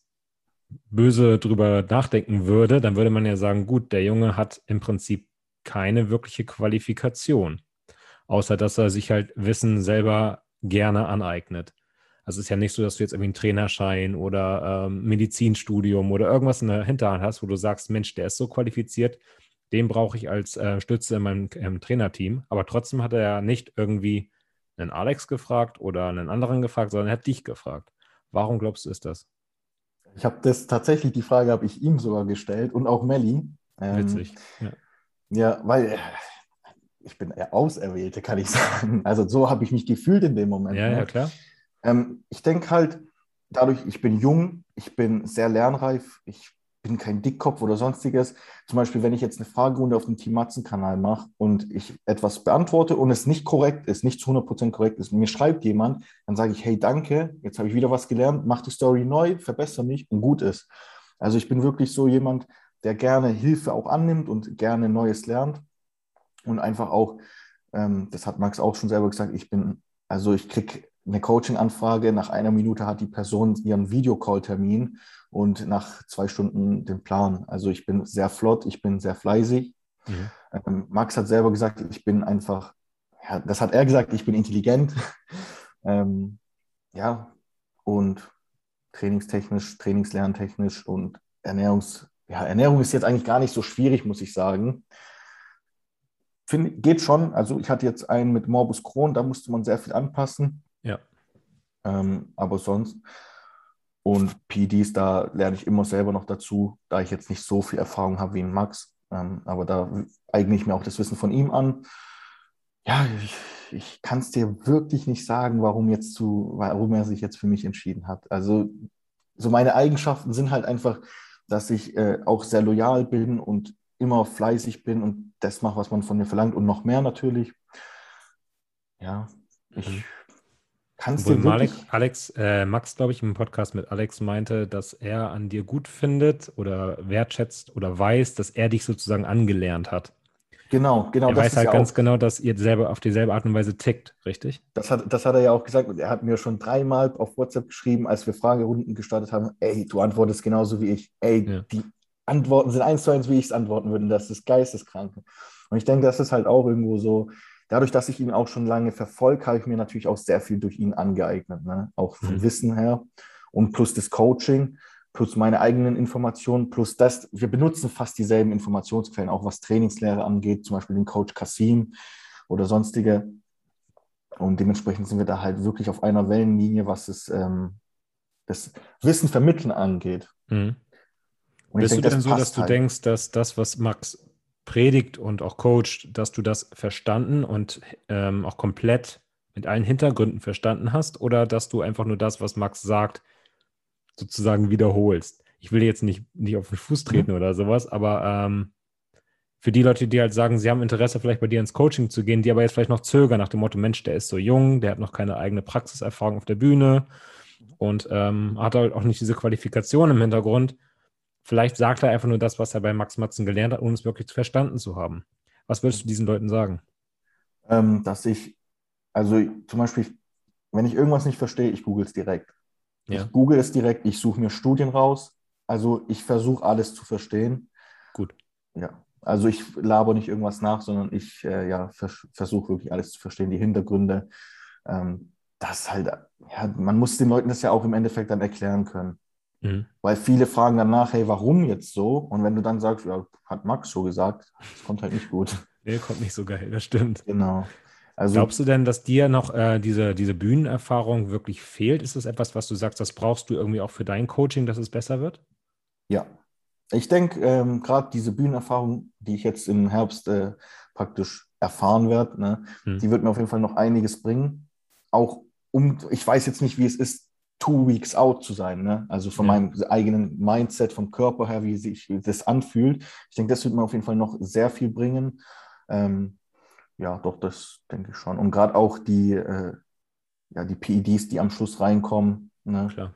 böse drüber nachdenken würde, dann würde man ja sagen, gut, der Junge hat im Prinzip keine wirkliche Qualifikation, außer dass er sich halt Wissen selber gerne aneignet. Also es ist ja nicht so, dass du jetzt irgendwie einen Trainerschein oder ähm, Medizinstudium oder irgendwas in der Hinterhand hast, wo du sagst, Mensch, der ist so qualifiziert, den brauche ich als äh, Stütze in meinem ähm, Trainerteam. Aber trotzdem hat er ja nicht irgendwie einen Alex gefragt oder einen anderen gefragt, sondern er hat dich gefragt. Warum glaubst du, ist das? Ich habe das tatsächlich, die Frage habe ich ihm sogar gestellt und auch Melli. Ähm, Witzig. Ja, ja, weil äh, ich bin der Auserwählte, kann ich sagen. Also so habe ich mich gefühlt in dem Moment. ja, ja, Ne? klar. Ähm, ich denke halt, dadurch, ich bin jung, ich bin sehr lernreif, ich bin kein Dickkopf oder sonstiges. Zum Beispiel, wenn ich jetzt eine Fragerunde auf dem Team Matzen-Kanal mache und ich etwas beantworte und es nicht korrekt ist, nicht zu hundert Prozent korrekt ist, und mir schreibt jemand, dann sage ich, hey, danke, jetzt habe ich wieder was gelernt, mach die Story neu, verbessere mich und gut ist. Also ich bin wirklich so jemand, der gerne Hilfe auch annimmt und gerne Neues lernt und einfach auch, ähm, das hat Max auch schon selber gesagt, ich bin, also ich kriege eine Coaching-Anfrage, nach einer Minute hat die Person ihren Videocall-Termin und nach zwei Stunden den Plan. Also ich bin sehr flott, ich bin sehr fleißig Mhm. Ähm, Max hat selber gesagt, ich bin einfach, ja, das hat er gesagt, ich bin intelligent. ähm, ja, und trainingstechnisch, trainingslerntechnisch und Ernährungs, ja, Ernährung ist jetzt eigentlich gar nicht so schwierig, muss ich sagen. Find, geht schon. Also ich hatte jetzt einen mit Morbus Crohn, da musste man sehr viel anpassen. Ja. Ähm, aber sonst. Und P E Ds, da lerne ich immer selber noch dazu, da ich jetzt nicht so viel Erfahrung habe wie ein Max. Ähm, aber da eigne ich mir auch das Wissen von ihm an. Ja, ich, ich kann es dir wirklich nicht sagen, warum jetzt zu, warum er sich jetzt für mich entschieden hat. Also so meine Eigenschaften sind halt einfach, dass ich äh, auch sehr loyal bin und immer fleißig bin und das mache, was man von mir verlangt und noch mehr natürlich. Ja, ich Mhm. kann es Obwohl dir Malek, wirklich, Alex, äh, Max, glaube ich, im Podcast mit Alex meinte, dass er an dir gut findet oder wertschätzt oder weiß, dass er dich sozusagen angelernt hat. genau, genau, Er das weiß ist halt ja ganz auch, genau, dass ihr selber auf dieselbe Art und Weise tickt, richtig? das hat, das hat er ja auch gesagt und er hat mir schon dreimal auf WhatsApp geschrieben, als wir Fragerunden gestartet haben, ey, du antwortest genauso wie ich. Ey, Ja. die Antworten sind eins zu eins, wie ich es antworten würde. Und das ist geisteskrank. Und ich denke, das ist halt auch irgendwo so, dadurch, dass ich ihn auch schon lange verfolge, habe ich mir natürlich auch sehr viel durch ihn angeeignet, ne? Auch vom Mhm. Wissen her und plus das Coaching, plus meine eigenen Informationen, plus das, wir benutzen fast dieselben Informationsquellen, auch was Trainingslehre angeht, zum Beispiel den Coach Kasim oder sonstige. Und dementsprechend sind wir da halt wirklich auf einer Wellenlinie, was es, ähm, das Wissen vermitteln angeht. Mhm. Und ich Bist du denke, denn das so, dass passt du halt. denkst, dass das, was Max predigt und auch coacht, dass du das verstanden und ähm, auch komplett mit allen Hintergründen verstanden hast oder dass du einfach nur das, was Max sagt, sozusagen wiederholst? Ich will jetzt nicht, nicht auf den Fuß treten Mhm. oder sowas, aber ähm, für die Leute, die halt sagen, sie haben Interesse, vielleicht bei dir ins Coaching zu gehen, die aber jetzt vielleicht noch zögern nach dem Motto, Mensch, der ist so jung, der hat noch keine eigene Praxiserfahrung auf der Bühne und ähm, hat halt auch nicht diese Qualifikation im Hintergrund. Vielleicht sagt er einfach nur das, was er bei Max Matzen gelernt hat, ohne es wirklich verstanden zu haben. Was würdest du diesen Leuten sagen? Ähm, dass ich, also zum Beispiel, wenn ich irgendwas nicht verstehe, ich google es direkt. Ja, Ich google es direkt, ich suche mir Studien raus. Also ich versuche alles zu verstehen. gut. Ja, also ich laber nicht irgendwas nach, sondern ich äh, ja, vers versuche wirklich alles zu verstehen, die Hintergründe. Ähm, das halt, ja, man muss den Leuten das ja auch im Endeffekt dann erklären können. Mhm. Weil viele fragen dann nach, hey, warum jetzt so? Und wenn du dann sagst, ja, hat Max so gesagt, das kommt halt nicht gut. Nee, kommt nicht so geil, das stimmt. Genau. Also Glaubst du denn, dass dir noch äh, diese, diese Bühnenerfahrung wirklich fehlt? Ist das etwas, was du sagst, das brauchst du irgendwie auch für dein Coaching, dass es besser wird? ja, ich denke, ähm, gerade diese Bühnenerfahrung, die ich jetzt im Herbst äh, praktisch erfahren werde, ne, Mhm. die wird mir auf jeden Fall noch einiges bringen. Auch um, ich weiß jetzt nicht, wie es ist, two weeks out zu sein, ne? Also von Ja. meinem eigenen Mindset, vom Körper her, wie sich das anfühlt. Ich denke, das wird mir auf jeden Fall noch sehr viel bringen. Ähm, ja, doch, das denke ich schon. Und gerade auch die, äh, ja, die P E Ds, die am Schluss reinkommen, ne? Klar.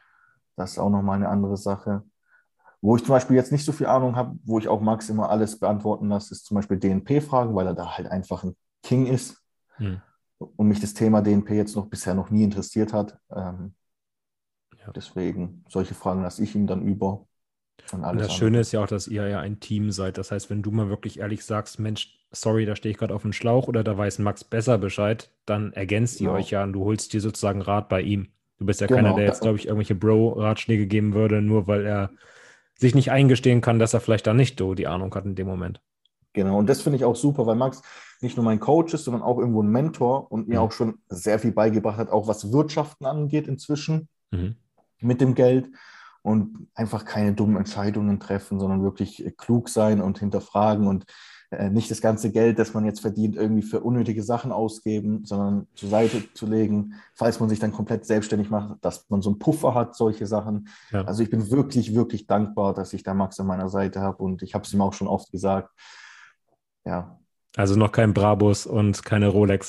Das ist auch nochmal eine andere Sache. Wo ich zum Beispiel jetzt nicht so viel Ahnung habe, wo ich auch Max immer alles beantworten lasse, ist zum Beispiel D N P-Fragen, weil er da halt einfach ein King ist Mhm. und mich das Thema D N P jetzt noch bisher noch nie interessiert hat. Ähm, Ja. deswegen, solche Fragen lasse ich ihm dann über und Und alles das Schöne andere. ist ja auch, dass ihr ja ein Team seid. Das heißt, wenn du mal wirklich ehrlich sagst, Mensch, sorry, da stehe ich gerade auf dem Schlauch oder da weiß Max besser Bescheid, dann ergänzt ihr euch Genau, ja und du holst dir sozusagen Rat bei ihm. Du bist ja keiner, genau, der jetzt, da, glaube ich, irgendwelche Bro-Ratschläge geben würde, nur weil er sich nicht eingestehen kann, dass er vielleicht da nicht so die Ahnung hat in dem Moment. genau. Und das finde ich auch super, weil Max nicht nur mein Coach ist, sondern auch irgendwo ein Mentor und mir Mhm. auch schon sehr viel beigebracht hat, auch was Wirtschaften angeht inzwischen Mhm. mit dem Geld und einfach keine dummen Entscheidungen treffen, sondern wirklich äh, klug sein und hinterfragen und äh, nicht das ganze Geld, das man jetzt verdient, irgendwie für unnötige Sachen ausgeben, sondern zur Seite zu legen, falls man sich dann komplett selbstständig macht, dass man so einen Puffer hat, solche Sachen. Ja. Also ich bin wirklich, wirklich dankbar, dass ich da Max an meiner Seite habe und ich habe es ihm auch schon oft gesagt. Ja, Also noch kein Brabus und keine Rolex.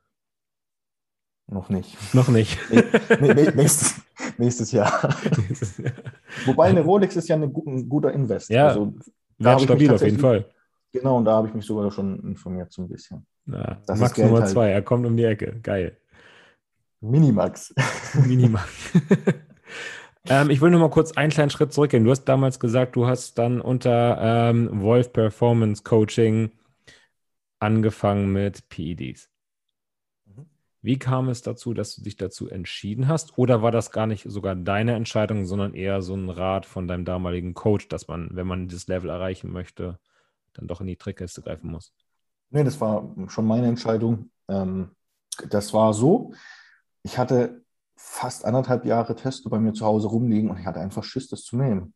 noch nicht. Noch nicht. Nee, nee, nee, nächstes, nächstes Jahr. Wobei eine Rolex ist ja eine, gu- ein guter Invest. Ja, Also da habe ich mich wertstabil auf jeden tatsächlich, Fall. genau, und da habe ich mich sogar schon informiert so ein bisschen. Ja, Das ist Max Geld Nummer halt zwei, er kommt um die Ecke. Geil. Minimax. Minimal. Ähm, ich will nur mal kurz einen kleinen Schritt zurückgehen. Du hast damals gesagt, du hast dann unter ähm, Wolf Performance Coaching angefangen mit P E Ds. Mhm. Wie kam es dazu, dass du dich dazu entschieden hast? Oder war das gar nicht sogar deine Entscheidung, sondern eher so ein Rat von deinem damaligen Coach, dass man, wenn man dieses Level erreichen möchte, dann doch in die Trickkiste greifen muss? Nee, das war schon meine Entscheidung. Ähm, das war so, ich hatte fast anderthalb Jahre Testo bei mir zu Hause rumliegen und ich hatte einfach Schiss, das zu nehmen.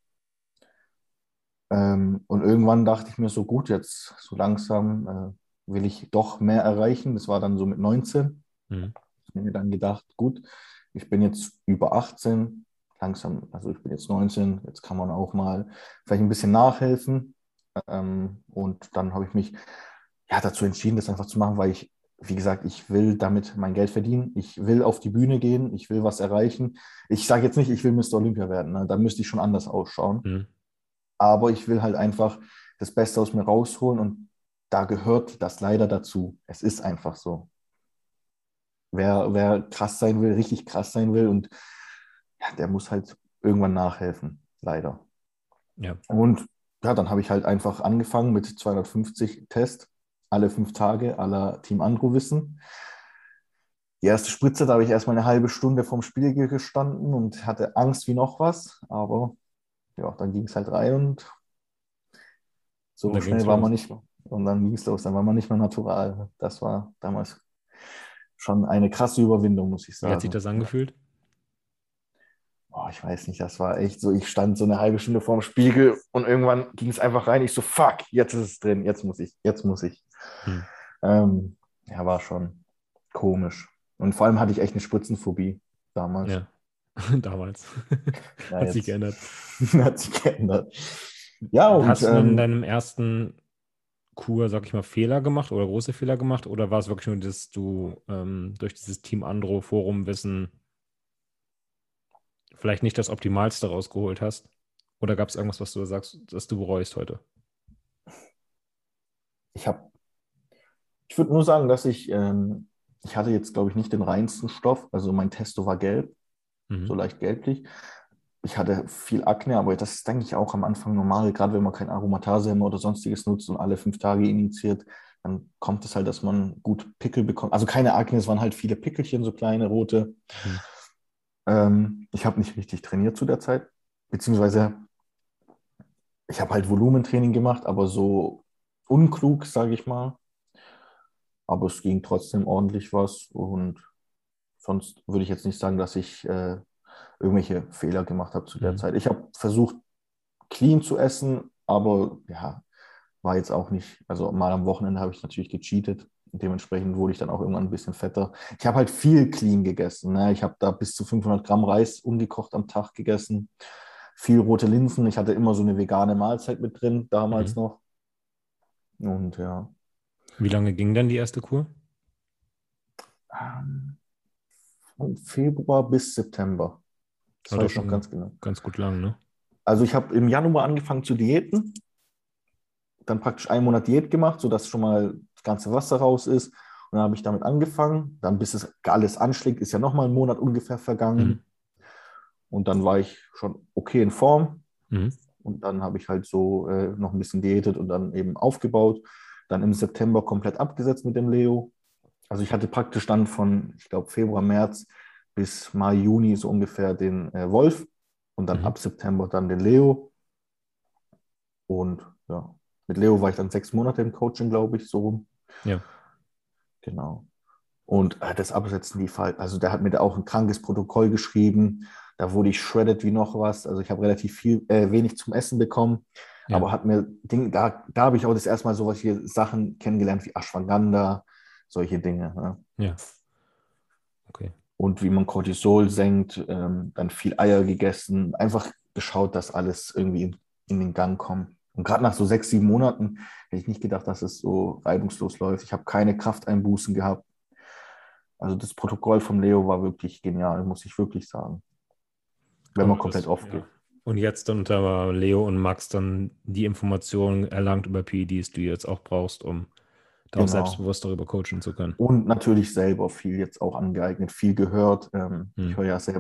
Ähm, und irgendwann dachte ich mir so, gut, jetzt so langsam äh, will ich doch mehr erreichen. Das war dann so mit neunzehn. Mhm. Ich habe mir dann gedacht, gut, ich bin jetzt über achtzehn, langsam, also ich bin jetzt neunzehn, jetzt kann man auch mal vielleicht ein bisschen nachhelfen. Ähm, und dann habe ich mich ja dazu entschieden, das einfach zu machen, weil ich, wie gesagt, ich will damit mein Geld verdienen. Ich will auf die Bühne gehen, ich will was erreichen. Ich sage jetzt nicht, ich will Mister Olympia werden, ne? Da müsste ich schon anders ausschauen. Mhm. Aber ich will halt einfach das Beste aus mir rausholen und da gehört das leider dazu. Es ist einfach so. Wer, wer krass sein will, richtig krass sein will und ja, der muss halt irgendwann nachhelfen, leider. Ja. Und ja, dann habe ich halt einfach angefangen mit zweihundertfünfzig Test, alle fünf Tage, aller Team Andro wissen. Die erste Spritze, da habe ich erstmal eine halbe Stunde vorm Spiegel gestanden und hatte Angst wie noch was, aber ja, dann ging es halt rein und Und so dann ging schnell es war man los. nicht mehr. Und dann ging es los, dann war man nicht mehr natural. Das war damals schon eine krasse Überwindung, muss ich Wie hat sich sagen. das angefühlt? Oh, ich weiß nicht, das war echt so, ich stand so eine halbe Stunde vorm Spiegel und irgendwann ging es einfach rein. Ich so, fuck, jetzt ist es drin, jetzt muss ich, jetzt muss ich. Hm. Ähm, ja, war schon komisch. Und vor allem hatte ich echt eine Spritzenphobie damals. Ja, damals. Ja, Hat sich jetzt geändert. hat sich geändert. Ja, und Hast du dann in ähm, deinem ersten Kur, sag ich mal, Fehler gemacht oder große Fehler gemacht? Oder war es wirklich nur, dass du ähm, durch dieses Team Andro Forum-Wissen vielleicht nicht das Optimalste rausgeholt hast? Oder gab es irgendwas, was du sagst, dass du bereust heute? ich habe, ich würde nur sagen, dass ich, ähm, ich hatte jetzt, glaube ich, nicht den reinsten Stoff. Also mein Testo war gelb, Mhm. so leicht gelblich. Ich hatte viel Akne, aber das ist, denke ich, auch am Anfang normal, gerade wenn man kein Aromatasehemmer oder sonstiges nutzt und alle fünf Tage injiziert, dann kommt es halt, dass man gut Pickel bekommt. Also keine Akne, es waren halt viele Pickelchen, so kleine rote. Mhm. Ähm, ich habe nicht richtig trainiert zu der Zeit, beziehungsweise ich habe halt Volumentraining gemacht, aber so unklug, sage ich mal. Aber es ging trotzdem ordentlich was und sonst würde ich jetzt nicht sagen, dass ich äh, irgendwelche Fehler gemacht habe zu der Mhm. Zeit. Ich habe versucht, clean zu essen, aber ja, war jetzt auch nicht, also mal am Wochenende habe ich natürlich gecheatet. Dementsprechend wurde ich dann auch irgendwann ein bisschen fetter. Ich habe halt viel clean gegessen. Ne? Ich habe da bis zu fünfhundert Gramm Reis ungekocht am Tag gegessen. Viel rote Linsen. Ich hatte immer so eine vegane Mahlzeit mit drin, damals Mhm. noch. Und ja, Wie lange ging dann die erste Kur? ähm, von Februar bis September. Das War doch weiß ich noch schon ganz genau. ganz gut lang, ne? Also ich habe im Januar angefangen zu diäten, dann praktisch einen Monat Diät gemacht, sodass schon mal das ganze Wasser raus ist. Und dann habe ich damit angefangen. Dann, bis es alles anschlägt, ist ja nochmal ein Monat ungefähr Mhm. vergangen. Und dann war ich schon okay in Form. Mhm. Und dann habe ich halt so äh, noch ein bisschen diätet und dann eben aufgebaut. Dann im September komplett abgesetzt mit dem Leo. Also ich hatte praktisch dann von, ich glaube, Februar, März bis Mai, Juni so ungefähr den äh, Wolf und dann Mhm. ab September dann den Leo. Und ja, mit Leo war ich dann sechs Monate im Coaching, glaube ich, so rum. Ja. Genau. Und äh, das Absetzen lief halt, also der hat mir da auch ein krankes Protokoll geschrieben. Da wurde ich shredded wie noch was. Also ich habe relativ viel, äh, wenig zum Essen bekommen, Ja. aber hat mir Ding, da, da habe ich auch das erste Mal solche Sachen kennengelernt wie Ashwagandha, solche Dinge. Ne? Ja. Okay. Und wie man Cortisol senkt, ähm, dann viel Eier gegessen, einfach geschaut, dass alles irgendwie in, in den Gang kommt. Und gerade nach so sechs, sieben Monaten hätte ich nicht gedacht, dass es so reibungslos läuft. Ich habe keine Krafteinbußen gehabt. Also das Protokoll vom Leo war wirklich genial, muss ich wirklich sagen, wenn man Und komplett das, aufgeht. ja. Und jetzt dann unter Leo und Max dann die Informationen erlangt über P E Ds, die du jetzt auch brauchst, um da auch Genau. selbstbewusst darüber coachen zu können. Und natürlich selber viel jetzt auch angeeignet, viel gehört. Ähm, ich Hm. höre ja selber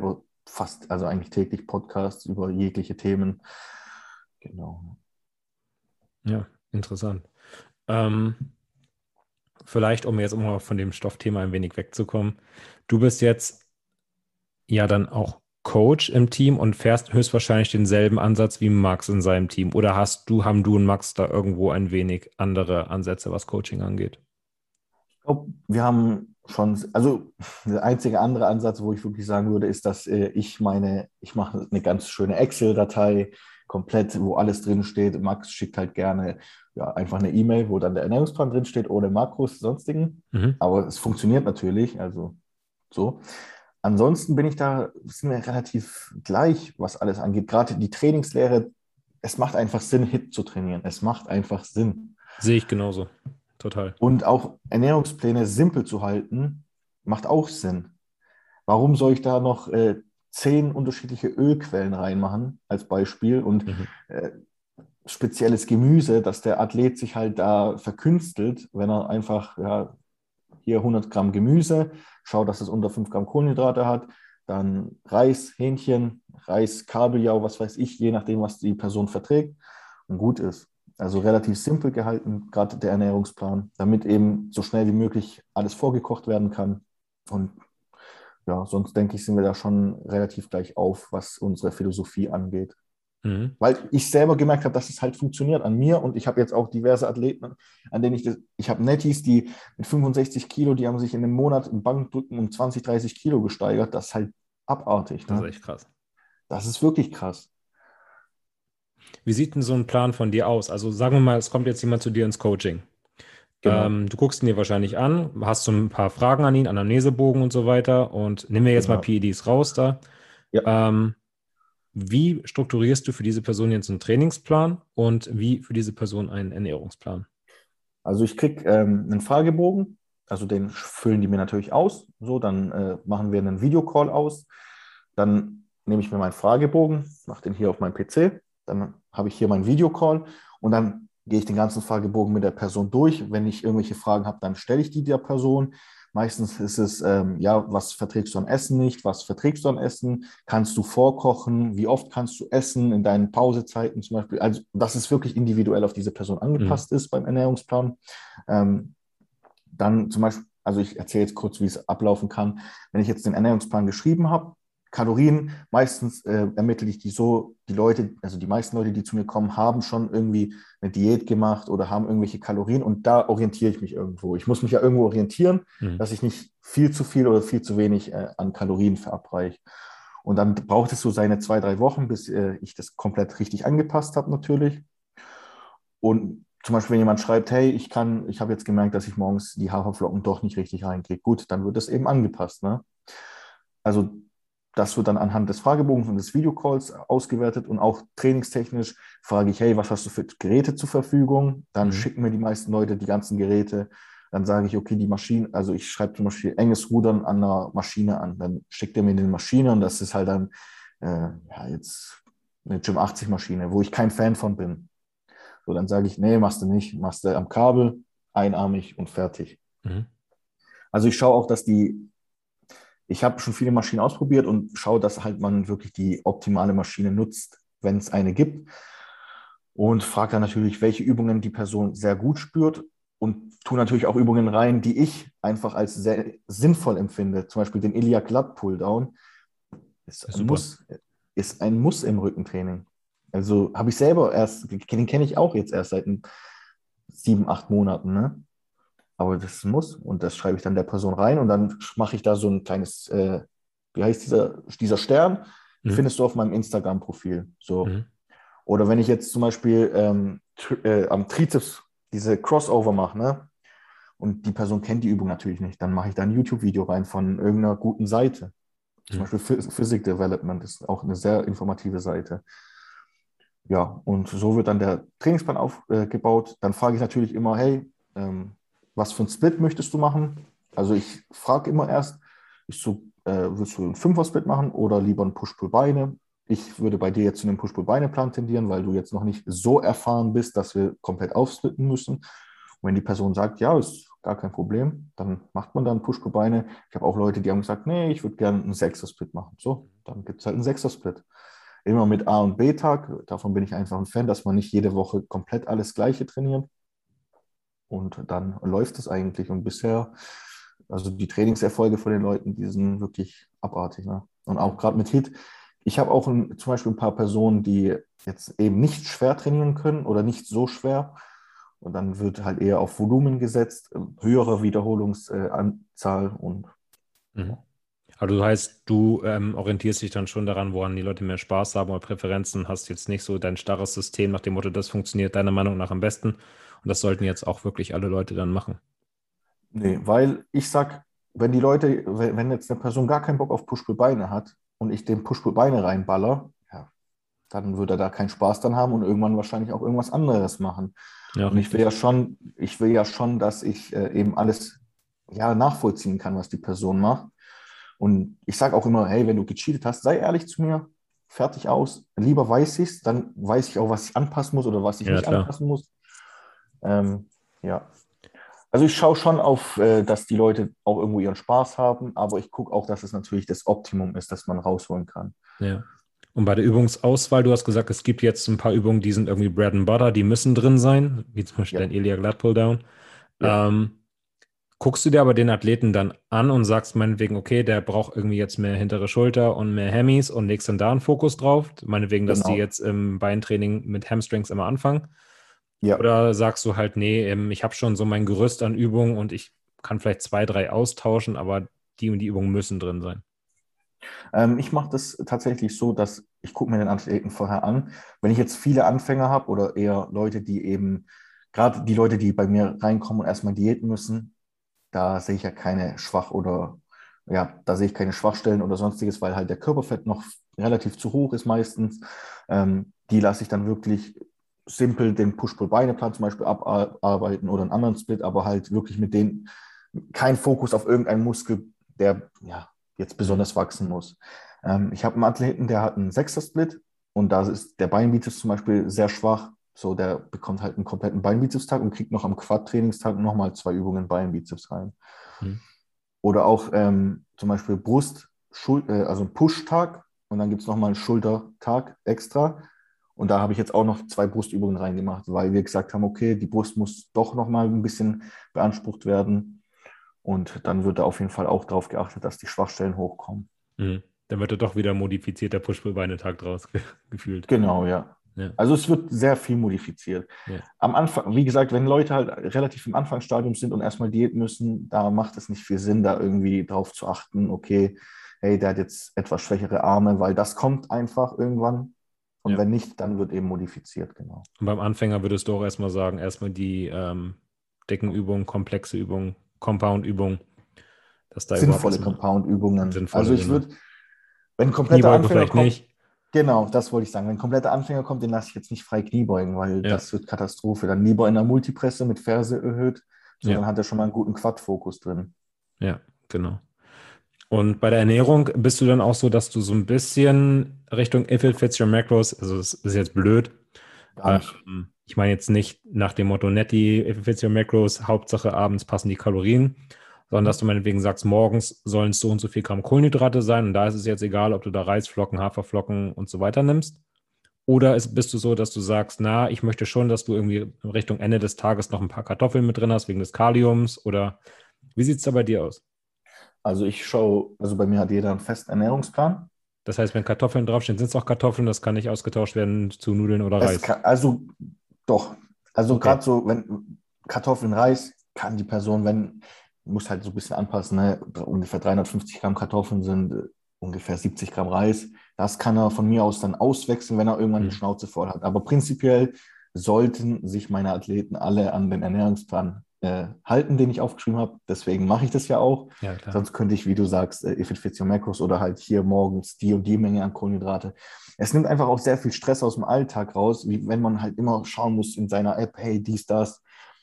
fast, also eigentlich täglich Podcasts über jegliche Themen. Genau. Ja, interessant. Ähm, vielleicht, um jetzt auch mal von dem Stoffthema ein wenig wegzukommen. Du bist jetzt ja dann auch Coach im Team und fährst höchstwahrscheinlich denselben Ansatz wie Max in seinem Team. Oder hast du, haben du und Max da irgendwo ein wenig andere Ansätze, was Coaching angeht? Ich glaube, wir haben schon, also der einzige andere Ansatz, wo ich wirklich sagen würde, ist, dass äh, ich meine, ich mache eine ganz schöne Excel-Datei, komplett, wo alles drin steht. Max schickt halt gerne ja, einfach eine E-Mail, wo dann der Ernährungsplan drin steht, ohne Makros, sonstigen. Mhm. Aber es funktioniert natürlich, also so. Ansonsten bin ich da, sind wir relativ gleich, was alles angeht. Gerade die Trainingslehre, es macht einfach Sinn, Hit zu trainieren. Es macht einfach Sinn. Sehe ich genauso. Total. Und auch Ernährungspläne simpel zu halten, macht auch Sinn. Warum soll ich da noch äh, zehn unterschiedliche Ölquellen reinmachen, als Beispiel, und Mhm. äh, spezielles Gemüse, dass der Athlet sich halt da verkünstelt, wenn er einfach, ja, hier hundert Gramm Gemüse, schaut, dass es unter fünf Gramm Kohlenhydrate hat, dann Reis, Hähnchen, Reis, Kabeljau, was weiß ich, je nachdem, was die Person verträgt, und gut ist. Also relativ simpel gehalten, gerade der Ernährungsplan, damit eben so schnell wie möglich alles vorgekocht werden kann. Und ja, sonst denke ich, sind wir da schon relativ gleich auf, was unsere Philosophie angeht. Mhm. Weil ich selber gemerkt habe, dass es halt funktioniert an mir, und ich habe jetzt auch diverse Athleten, an denen ich das, ich habe Netties, die mit fünfundsechzig Kilo, die haben sich in einem Monat im Bankdrücken um zwanzig, dreißig Kilo gesteigert. Das ist halt abartig, Das ist ne? echt krass. Das ist wirklich krass. Wie sieht denn so ein Plan von dir aus? Also sagen wir mal, es kommt jetzt jemand zu dir ins Coaching. Genau, Ähm, du guckst ihn dir wahrscheinlich an, hast so ein paar Fragen an ihn, Anamnesebogen und so weiter und nimm mir jetzt mal genau. P E Ds raus da. Ja. Ähm, wie strukturierst du für diese Person jetzt einen Trainingsplan und wie für diese Person einen Ernährungsplan? Also ich kriege ähm, einen Fragebogen, also den füllen die mir natürlich aus. So, dann äh, machen wir einen Videocall aus. Dann nehme ich mir meinen Fragebogen, mache den hier auf meinem P C. Dann habe ich hier meinen Videocall, und dann gehe ich den ganzen Fragebogen mit der Person durch. Wenn ich irgendwelche Fragen habe, dann stelle ich die der Person. Meistens ist es, ähm, ja, was verträgst du an Essen nicht? Was verträgst du an Essen? Kannst du vorkochen? Wie oft kannst du essen in deinen Pausezeiten zum Beispiel? Also, dass es wirklich individuell auf diese Person Mhm. angepasst ist beim Ernährungsplan. Ähm, dann zum Beispiel, also ich erzähle jetzt kurz, wie es ablaufen kann. Wenn ich jetzt den Ernährungsplan geschrieben habe, Kalorien, meistens äh, ermittle ich die so, die Leute, also die meisten Leute, die zu mir kommen, haben schon irgendwie eine Diät gemacht oder haben irgendwelche Kalorien, und da orientiere ich mich irgendwo. Ich muss mich ja irgendwo orientieren, Mhm. dass ich nicht viel zu viel oder viel zu wenig äh, an Kalorien verabreiche. Und dann braucht es so seine zwei, drei Wochen, bis äh, ich das komplett richtig angepasst habe natürlich. Und zum Beispiel, wenn jemand schreibt, hey, ich kann, ich habe jetzt gemerkt, dass ich morgens die Haferflocken doch nicht richtig reinkriege, gut, dann wird das eben angepasst, ne? Also das wird dann anhand des Fragebogens und des Videocalls ausgewertet, und auch trainingstechnisch frage ich, hey, was hast du für Geräte zur Verfügung? Dann Mhm. schicken mir die meisten Leute die ganzen Geräte. Dann sage ich, okay, die Maschine, also ich schreibe zum Beispiel enges Rudern an einer Maschine an. Dann schickt er mir die Maschine, und das ist halt dann äh, ja, jetzt eine Gym achtzig Maschine, wo ich kein Fan von bin. So, dann sage ich, nee, machst du nicht, machst du am Kabel, einarmig und fertig. Mhm. Also ich schaue auch, dass die, ich habe schon viele Maschinen ausprobiert und schaue, dass halt man wirklich die optimale Maschine nutzt, wenn es eine gibt. Und frage dann natürlich, welche Übungen die Person sehr gut spürt, und tue natürlich auch Übungen rein, die ich einfach als sehr sinnvoll empfinde. Zum Beispiel den Iliac Lat Pulldown ist ein Super. Muss, ist ein Muss im Rückentraining. Also habe ich selber erst, den kenne ich auch jetzt erst seit ein, sieben, acht Monaten, ne? Aber das muss, und das schreibe ich dann der Person rein, und dann mache ich da so ein kleines, äh, wie heißt dieser, dieser Stern, Mhm. findest du auf meinem Instagram-Profil. So. Mhm. Oder wenn ich jetzt zum Beispiel ähm, tr äh, am Trizeps diese Crossover mache, ne? Und die Person kennt die Übung natürlich nicht, dann mache ich da ein YouTube-Video rein von irgendeiner guten Seite. Zum Mhm. Beispiel Phys Physic Development ist auch eine sehr informative Seite. Ja, und so wird dann der Trainingsplan aufgebaut. Dann frage ich natürlich immer, hey, ähm, was für ein Split möchtest du machen? Also ich frage immer erst, ich so, äh, willst du einen Fünfer-Split machen oder lieber einen Push-Pull-Beine? Ich würde bei dir jetzt zu einem Push-Pull-Beine-Plan tendieren, weil du jetzt noch nicht so erfahren bist, dass wir komplett aufsplitten müssen. wenn die Person sagt, ja, ist gar kein Problem, dann macht man dann Push-Pull-Beine. Ich habe auch Leute, die haben gesagt, nee, ich würde gerne einen Sechser-Split machen. So, dann gibt es halt einen Sechser-Split. Immer mit A- und B-Tag. Davon bin ich einfach ein Fan, dass man nicht jede Woche komplett alles Gleiche trainiert. Und dann läuft es eigentlich. Und bisher, also die Trainingserfolge von den Leuten, die sind wirklich abartig. Ne? Und auch gerade mit Hit. Ich habe auch ein, zum Beispiel ein paar Personen, die jetzt eben nicht schwer trainieren können oder nicht so schwer. Und dann wird halt eher auf Volumen gesetzt, höhere Wiederholungsanzahl und Mhm. ja. Also du heißt, du ähm, orientierst dich dann schon daran, woran die Leute mehr Spaß haben oder Präferenzen, hast jetzt nicht so dein starres System nach dem Motto, das funktioniert deiner Meinung nach am besten und das sollten jetzt auch wirklich alle Leute dann machen. Nee, weil ich sag, wenn die Leute, wenn, wenn jetzt eine Person gar keinen Bock auf Push-Pull-Beine hat und ich den Push-Pull-Beine reinballer, ja, dann wird er da keinen Spaß dran haben und irgendwann wahrscheinlich auch irgendwas anderes machen. Ja, Und ich will ja richtig. schon, ich will ja schon, dass ich äh, eben alles ja, nachvollziehen kann, was die Person macht. Und ich sage auch immer, hey, wenn du gecheatet hast, sei ehrlich zu mir, fertig aus. Lieber weiß ich es, dann weiß ich auch, was ich anpassen muss oder was ich Ja, nicht klar. anpassen muss. Ähm, ja. Also ich schaue schon auf, äh, dass die Leute auch irgendwo ihren Spaß haben, aber ich gucke auch, dass es natürlich das Optimum ist, das man rausholen kann. Ja. Und bei der Übungsauswahl, du hast gesagt, es gibt jetzt ein paar Übungen, die sind irgendwie Bread and Butter, die müssen drin sein, wie zum Beispiel Ja, dein Ilia Glad Pulldown. ja, Ähm, Guckst du dir aber den Athleten dann an und sagst meinetwegen, okay, der braucht irgendwie jetzt mehr hintere Schulter und mehr Hammies und legst dann da einen Fokus drauf? Meinetwegen, dass die genau. jetzt im Beintraining mit Hamstrings immer anfangen? Ja. Oder sagst du halt, nee, ähm, ich habe schon so mein Gerüst an Übungen und ich kann vielleicht zwei, drei austauschen, aber die und die Übungen müssen drin sein? Ähm, ich mache das tatsächlich so, dass ich gucke mir den Athleten vorher an. Wenn ich jetzt viele Anfänger habe oder eher Leute, die eben, gerade die Leute, die bei mir reinkommen und erstmal diäten müssen, da sehe ich ja keine Schwach- oder ja, da sehe ich keine Schwachstellen oder sonstiges, weil halt der Körperfett noch relativ zu hoch ist meistens. Ähm, die lasse ich dann wirklich simpel den Push-Pull-Beine-Plan zum Beispiel abarbeiten oder einen anderen Split, aber halt wirklich mit denen kein Fokus auf irgendeinen Muskel, der ja jetzt Mhm. besonders wachsen muss. Ähm, ich habe einen Athleten, der hat einen Sechser-Split und da ist der Beinbizeps zum Beispiel sehr schwach. So, der bekommt halt einen kompletten Beinbizeps-Tag und kriegt noch am Quad-Trainingstag nochmal zwei Übungen Beinbizeps rein. Mhm. Oder auch ähm, zum Beispiel Brust, Schul äh, also Push-Tag und dann gibt es nochmal einen Schultertag extra. Und da habe ich jetzt auch noch zwei Brustübungen reingemacht, weil wir gesagt haben, okay, die Brust muss doch nochmal ein bisschen beansprucht werden. Und dann wird da auf jeden Fall auch darauf geachtet, dass die Schwachstellen hochkommen. Mhm. Dann wird er doch wieder modifizierter Push-Pull-Beine-Tag draus ge gefühlt. Genau, ja. Ja, Also es wird sehr viel modifiziert. ja. Am Anfang, wie gesagt, wenn Leute halt relativ im Anfangsstadium sind und erstmal Diät müssen, da macht es nicht viel Sinn, da irgendwie drauf zu achten, okay, hey, der hat jetzt etwas schwächere Arme, weil das kommt einfach irgendwann. Und Ja. wenn nicht, dann wird eben modifiziert, genau. Und beim Anfänger würdest du auch erstmal sagen, erstmal die ähm, Deckenübung, komplexe Übung, Compound-Übung, dass da überhaupt Sinnvolle erstmal Compound-Übungen. Also sinnvolle, ich genau. würde, wenn ein kompletter Kniebeuge Anfänger vielleicht kommt, nicht. genau, das wollte ich sagen, wenn ein kompletter Anfänger kommt, den lasse ich jetzt nicht frei Kniebeugen, weil Ja, das wird Katastrophe. Dann lieber in der Multipresse mit Ferse erhöht, so ja, dann hat er schon mal einen guten Quad-Fokus drin. ja, genau. Und bei der Ernährung bist du dann auch so, dass du so ein bisschen Richtung If it fits your macros, also es ist jetzt blöd. Gar nicht. Ähm, ich meine jetzt nicht nach dem Motto Netti, If it fits your macros, Hauptsache abends passen die Kalorien, sondern dass du Mhm. meinetwegen sagst, morgens sollen es so und so viel Gramm Kohlenhydrate sein und da ist es jetzt egal, ob du da Reisflocken, Haferflocken und so weiter nimmst. Oder ist, bist du so, dass du sagst, na, ich möchte schon, dass du irgendwie Richtung Ende des Tages noch ein paar Kartoffeln mit drin hast, wegen des Kaliums? Oder wie sieht es da bei dir aus? Also ich schaue, also bei mir hat jeder einen festen Ernährungsplan. Das heißt, wenn Kartoffeln draufstehen, sind es auch Kartoffeln, das kann nicht ausgetauscht werden zu Nudeln oder Es Reis. kann, also doch, also Okay. gerade so, wenn Kartoffeln, Reis, kann die Person, wenn, muss halt so ein bisschen anpassen, ne? Ungefähr dreihundertfünfzig Gramm Kartoffeln sind äh, ungefähr siebzig Gramm Reis. Das kann er von mir aus dann auswechseln, wenn er irgendwann die Hm. Schnauze voll hat. Aber prinzipiell sollten sich meine Athleten alle an den Ernährungsplan äh, halten, den ich aufgeschrieben habe. Deswegen mache ich das ja auch. Ja, klar. Sonst könnte ich, wie du sagst, äh, If it fits your macros oder halt hier morgens die und die Menge an Kohlenhydrate. Es nimmt einfach auch sehr viel Stress aus dem Alltag raus, wie wenn man halt immer schauen muss in seiner App, hey, dies, das.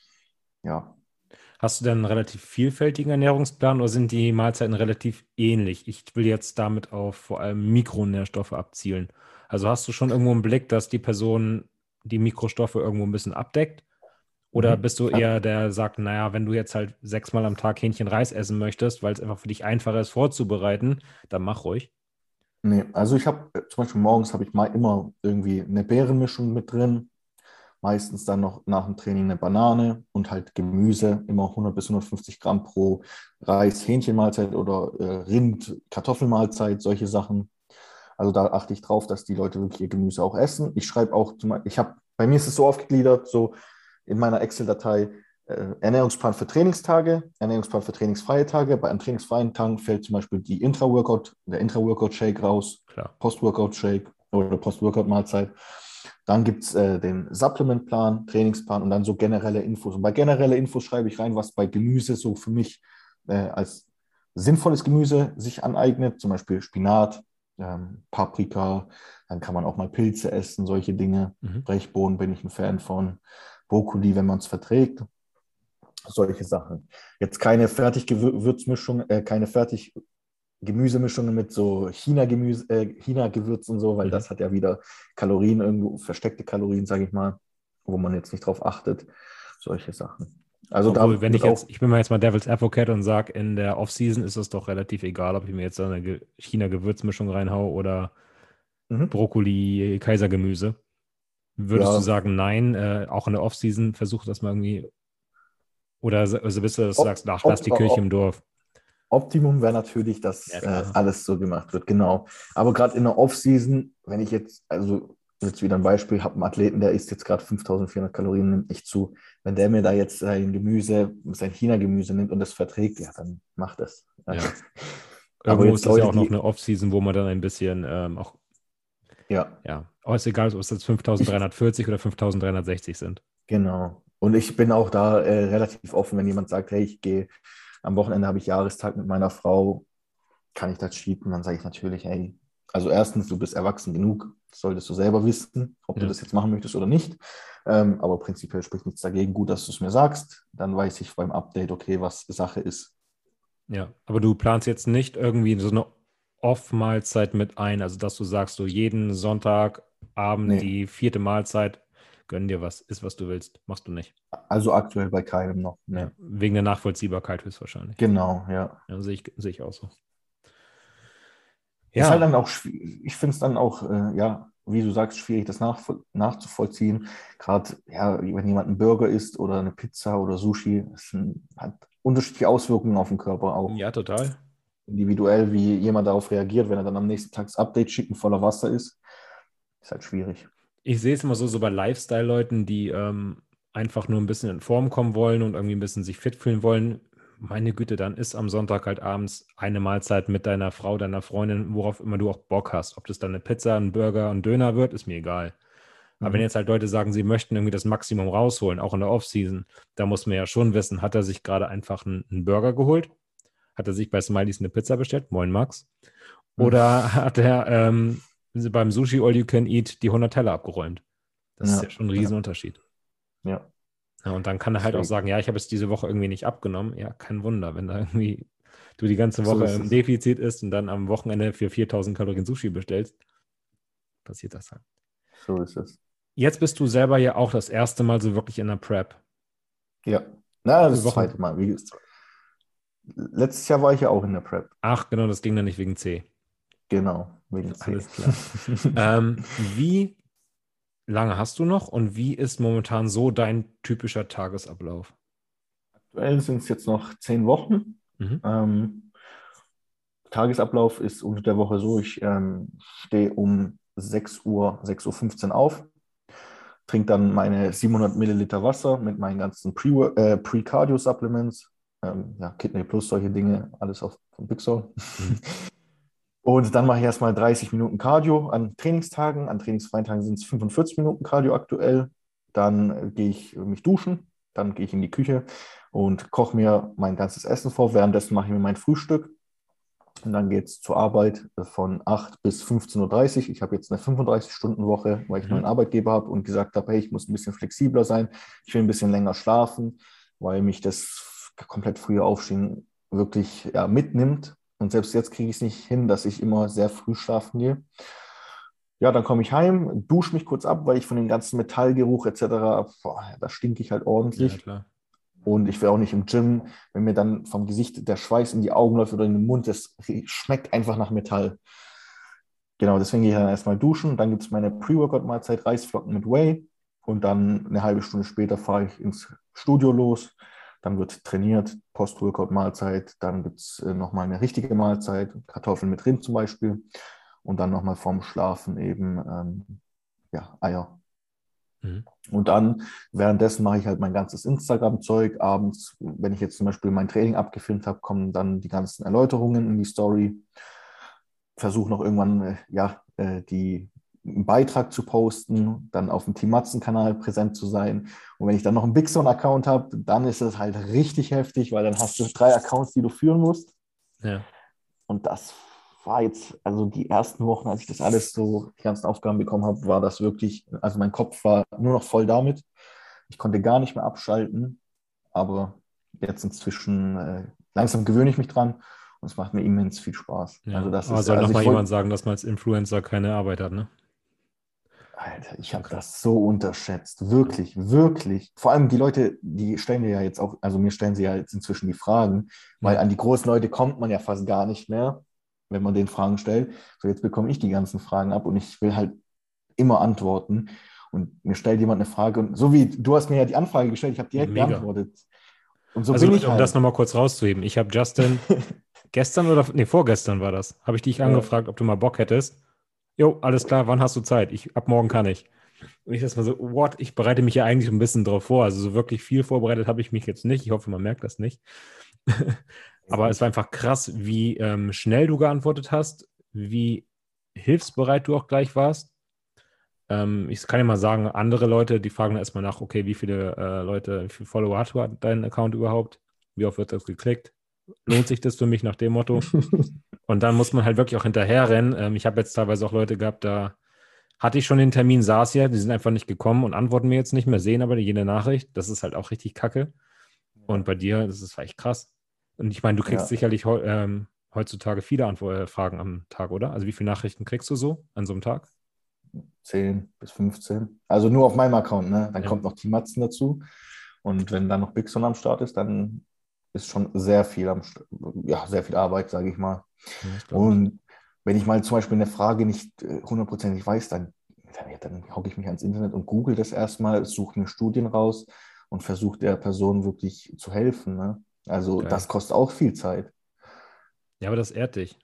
Ja, Hast du denn einen relativ vielfältigen Ernährungsplan oder sind die Mahlzeiten relativ ähnlich? Ich will jetzt damit auf vor allem Mikronährstoffe abzielen. Also hast du schon irgendwo einen Blick, dass die Person die Mikrostoffe irgendwo ein bisschen abdeckt? Oder Mhm. bist du eher der, der sagt, naja, wenn du jetzt halt sechsmal am Tag Hähnchen Reis essen möchtest, weil es einfach für dich einfacher ist vorzubereiten, dann mach ruhig. Nee, also ich habe zum Beispiel morgens habe ich mal immer irgendwie eine Beerenmischung mit drin, meistens dann noch nach dem Training eine Banane und halt Gemüse, immer hundert bis hundertfünfzig Gramm pro Reis-Hähnchenmahlzeit oder äh, Rind-Kartoffelmahlzeit, solche Sachen. Also da achte ich drauf, dass die Leute wirklich ihr Gemüse auch essen. Ich schreibe auch, zum Beispiel, ich habe, bei mir ist es so aufgegliedert, so in meiner Excel-Datei äh, Ernährungsplan für Trainingstage, Ernährungsplan für trainingsfreie Tage. Bei einem trainingsfreien Tagen fällt zum Beispiel die Intra-Workout, der Intra-Workout-Shake raus, Klar. Post-Workout-Shake oder Post-Workout-Mahlzeit. Dann gibt es äh, den Supplement-Plan, Trainingsplan und dann so generelle Infos. Und bei generelle Infos schreibe ich rein, was bei Gemüse so für mich äh, als sinnvolles Gemüse sich aneignet, zum Beispiel Spinat, ähm, Paprika, dann kann man auch mal Pilze essen, solche Dinge. Mhm. Brechbohnen bin ich ein Fan von. Brokkoli, wenn man es verträgt, solche Sachen. Jetzt keine Fertiggewürzmischung, äh, keine fertig Gemüsemischungen mit so China-Gemüse, äh, China-Gewürz und so, weil Mhm. das hat ja wieder Kalorien, irgendwo versteckte Kalorien, sage ich mal, wo man jetzt nicht drauf achtet. Solche Sachen. Also Obwohl, da wenn ich wird jetzt, auch, ich bin mal jetzt mal Devil's Advocate und sage, in der Off-Season ist es doch relativ egal, ob ich mir jetzt so eine Ge- China-Gewürzmischung reinhaue oder mhm. Brokkoli-Kaisergemüse. Würdest du Ja, sagen, nein, äh, auch in der Off-Season versuch das mal irgendwie, oder s- also bist du, dass du sagst, op, ach, lass op, die Kirche im op, Dorf. Optimum wäre natürlich, dass Ja, äh, klar. alles so gemacht wird, genau. Aber gerade in der Off-Season, wenn ich jetzt, also jetzt wieder ein Beispiel, habe einen Athleten, der isst jetzt gerade fünftausendvierhundert Kalorien, nimmt echt zu. Wenn der mir da jetzt sein Gemüse, sein China-Gemüse nimmt und das verträgt, ja, dann macht das. Ja. Aber Irgendwo jetzt ist das ja Leute, auch noch die, eine Off-Season, wo man dann ein bisschen ähm, auch, ja, ja, oh, ist egal, ob es jetzt ich, fünftausenddreihundertvierzig oder fünftausenddreihundertsechzig sind. genau. Und ich bin auch da äh, relativ offen, wenn jemand sagt, hey, ich gehe, am Wochenende habe ich Jahrestag mit meiner Frau, kann ich das cheaten? Dann sage ich natürlich, hey, also erstens, du bist erwachsen genug, solltest du selber wissen, ob du Ja. das jetzt machen möchtest oder nicht. Ähm, aber prinzipiell spricht nichts dagegen. Gut, dass du es mir sagst. Dann weiß ich beim Update, okay, was Sache ist. Ja, aber du planst jetzt nicht irgendwie so eine Off-Mahlzeit mit ein, also dass du sagst, so jeden Sonntagabend Nee, die vierte Mahlzeit, gönn dir was, isst was du willst, machst du nicht. also aktuell bei keinem noch. Nee. Ja, wegen der Nachvollziehbarkeit höchstwahrscheinlich. Genau, ja. Ja, sehe ich, sehe ich auch so. Ist halt Ja, dann auch, schwi- ich finde es dann auch, äh, ja, wie du sagst, schwierig, das nachvoll nachzuvollziehen. Gerade, ja, wenn jemand einen Burger isst oder eine Pizza oder Sushi, das sind, hat unterschiedliche Auswirkungen auf den Körper auch. ja, total. Individuell, wie jemand darauf reagiert, wenn er dann am nächsten Tag das Update schickt und voller Wasser ist, ist halt schwierig. Ich sehe es immer so, so bei Lifestyle-Leuten, die ähm, einfach nur ein bisschen in Form kommen wollen und irgendwie ein bisschen sich fit fühlen wollen. Meine Güte, dann ist am Sonntag halt abends eine Mahlzeit mit deiner Frau, deiner Freundin, worauf immer du auch Bock hast. Ob das dann eine Pizza, ein Burger, ein Döner wird, ist mir egal. Aber wenn Mhm. jetzt halt Leute sagen, sie möchten irgendwie das Maximum rausholen, auch in der Off-Season, da muss man ja schon wissen, hat er sich gerade einfach einen, einen Burger geholt? Hat er sich bei Smileys eine Pizza bestellt? Moin, Max. Mhm. Oder hat er ähm, beim Sushi All You Can Eat die hundert Teller abgeräumt? Das ist ja Ja, schon ein ja, Riesenunterschied. ja, Ja, und dann kann er halt auch deswegen. sagen, ja, ich habe es diese Woche irgendwie nicht abgenommen. Ja, kein Wunder, wenn da irgendwie du die ganze So Woche ist im es. Defizit ist und dann am Wochenende für viertausend Kalorien Sushi bestellst, passiert das halt. So ist es. Jetzt bist du selber ja auch das erste Mal so wirklich in der Prep. Ja. Wie Na, viele das Wochen? zweite Mal. Wie, letztes Jahr war ich ja auch in der Prep. Ach, genau, das ging dann nicht wegen C. Genau, wegen C. Alles klar. Ähm, wie lange hast du noch und wie ist momentan so dein typischer Tagesablauf? Aktuell sind es jetzt noch zehn Wochen. Mhm. Ähm, Tagesablauf ist unter der Woche so, ich ähm, stehe um sechs Uhr, sechs Uhr fünfzehn auf, trinke dann meine siebenhundert Milliliter Wasser mit meinen ganzen Pre- äh, Pre-Cardio-Supplements, ähm, ja, Kidney Plus, solche Dinge, alles auf von Bixol. Mhm. Und dann mache ich erstmal dreißig Minuten Cardio an Trainingstagen. An trainingsfreien Tagen sind es fünfundvierzig Minuten Cardio aktuell. Dann äh, gehe ich mich duschen, dann gehe ich in die Küche und koche mir mein ganzes Essen vor. Währenddessen mache ich mir mein Frühstück. Und dann geht es zur Arbeit von acht bis fünfzehn Uhr dreißig. Ich habe jetzt eine fünfunddreißig-Stunden-Woche, weil ich einen Mhm. neuen Arbeitgeber habe und gesagt habe, hey, ich muss ein bisschen flexibler sein. Ich will ein bisschen länger schlafen, weil mich das komplett frühe Aufstehen wirklich ja, mitnimmt. Und selbst jetzt kriege ich es nicht hin, dass ich immer sehr früh schlafen gehe. ja, dann komme ich heim, dusche mich kurz ab, weil ich von dem ganzen Metallgeruch et cetera, boah, da stinke ich halt Ja, ordentlich. klar. Und ich will auch nicht im Gym, wenn mir dann vom Gesicht der Schweiß in die Augen läuft oder in den Mund, das schmeckt einfach nach Metall. Genau, deswegen gehe ich dann erstmal duschen. Dann gibt es meine Pre-Workout-Mahlzeit, Reisflocken mit Whey. Und dann eine halbe Stunde später fahre ich ins Studio los. Dann wird trainiert, Post-Workout-Mahlzeit. Dann gibt es äh, nochmal eine richtige Mahlzeit, Kartoffeln mit Rind zum Beispiel. Und dann nochmal vorm Schlafen eben ähm, ja, Eier. Mhm. Und dann währenddessen mache ich halt mein ganzes Instagram-Zeug. Abends, wenn ich jetzt zum Beispiel mein Training abgefilmt habe, kommen dann die ganzen Erläuterungen in die Story. Versuche noch irgendwann äh, ja, äh, die, einen Beitrag zu posten, dann auf dem Team Matzen-Kanal präsent zu sein. Und wenn ich dann noch einen Big Zone-Account habe, dann ist es halt richtig heftig, weil dann hast du drei Accounts, die du führen musst. Ja. Und das war jetzt, also die ersten Wochen, als ich das alles so, die ganzen Aufgaben bekommen habe, war das wirklich, also mein Kopf war nur noch voll damit. Ich konnte gar nicht mehr abschalten, aber jetzt inzwischen äh, langsam gewöhne ich mich dran und es macht mir immens viel Spaß. Also Ja. das Aber ist, soll also noch mal ich jemand wollte, sagen, dass man als Influencer keine Arbeit hat, ne? Alter, ich Schon habe krass. das so unterschätzt, wirklich, wirklich. Vor allem die Leute, die stellen dir ja jetzt auch, also mir stellen sie ja jetzt inzwischen die Fragen, weil Ja. an die großen Leute kommt man ja fast gar nicht mehr, wenn man den Fragen stellt. So, jetzt bekomme ich die ganzen Fragen ab und ich will halt immer antworten. Und mir stellt jemand eine Frage und so wie du hast mir ja die Anfrage gestellt, ich habe direkt Mega. geantwortet. Und so Also bin Leute, ich um das halt. nochmal kurz rauszuheben. Ich habe Justin gestern oder, nee, vorgestern war das, habe ich dich Ja, angefragt, ob du mal Bock hättest. Jo, alles klar, wann hast du Zeit? Ich, ab morgen kann ich. Und ich das mal so, what? Ich bereite mich ja eigentlich ein bisschen drauf vor. Also so wirklich viel vorbereitet habe ich mich jetzt nicht. Ich hoffe, man merkt das nicht. Aber es war einfach krass, wie ähm, schnell du geantwortet hast, wie hilfsbereit du auch gleich warst. Ähm, ich kann ja mal sagen, andere Leute, die fragen erstmal nach, okay, wie viele äh, Leute, wie viele Follower hat dein Account überhaupt? Wie oft wird das geklickt? Lohnt sich das für mich nach dem Motto? Und dann muss man halt wirklich auch hinterherrennen. Ähm, ich habe jetzt teilweise auch Leute gehabt, da hatte ich schon den Termin, saß ja, die sind einfach nicht gekommen und antworten mir jetzt nicht mehr, sehen aber jede Nachricht. Das ist halt auch richtig kacke. Und bei dir, das ist echt krass. Und ich meine, du kriegst ja, sicherlich heu- ähm, heutzutage viele Antwort äh, Fragen am Tag, oder? Also wie viele Nachrichten kriegst du so an so einem Tag? zehn bis fünfzehn. Also nur auf meinem Account, ne? Dann Ja, kommt noch Team Matzen dazu. Und wenn dann noch Big Son am Start ist, dann ist schon sehr viel am, St- ja, sehr viel Arbeit, sage ich mal. ja, das glaube ich. Und wenn ich mal zum Beispiel eine Frage nicht äh, hundertprozentig weiß, dann, dann, ja, dann hocke ich mich ans Internet und google das erstmal, suche mir Studien raus und versuche der Person wirklich zu helfen. Ne? Also Geil. das kostet auch viel Zeit. Ja, aber das ehrt dich.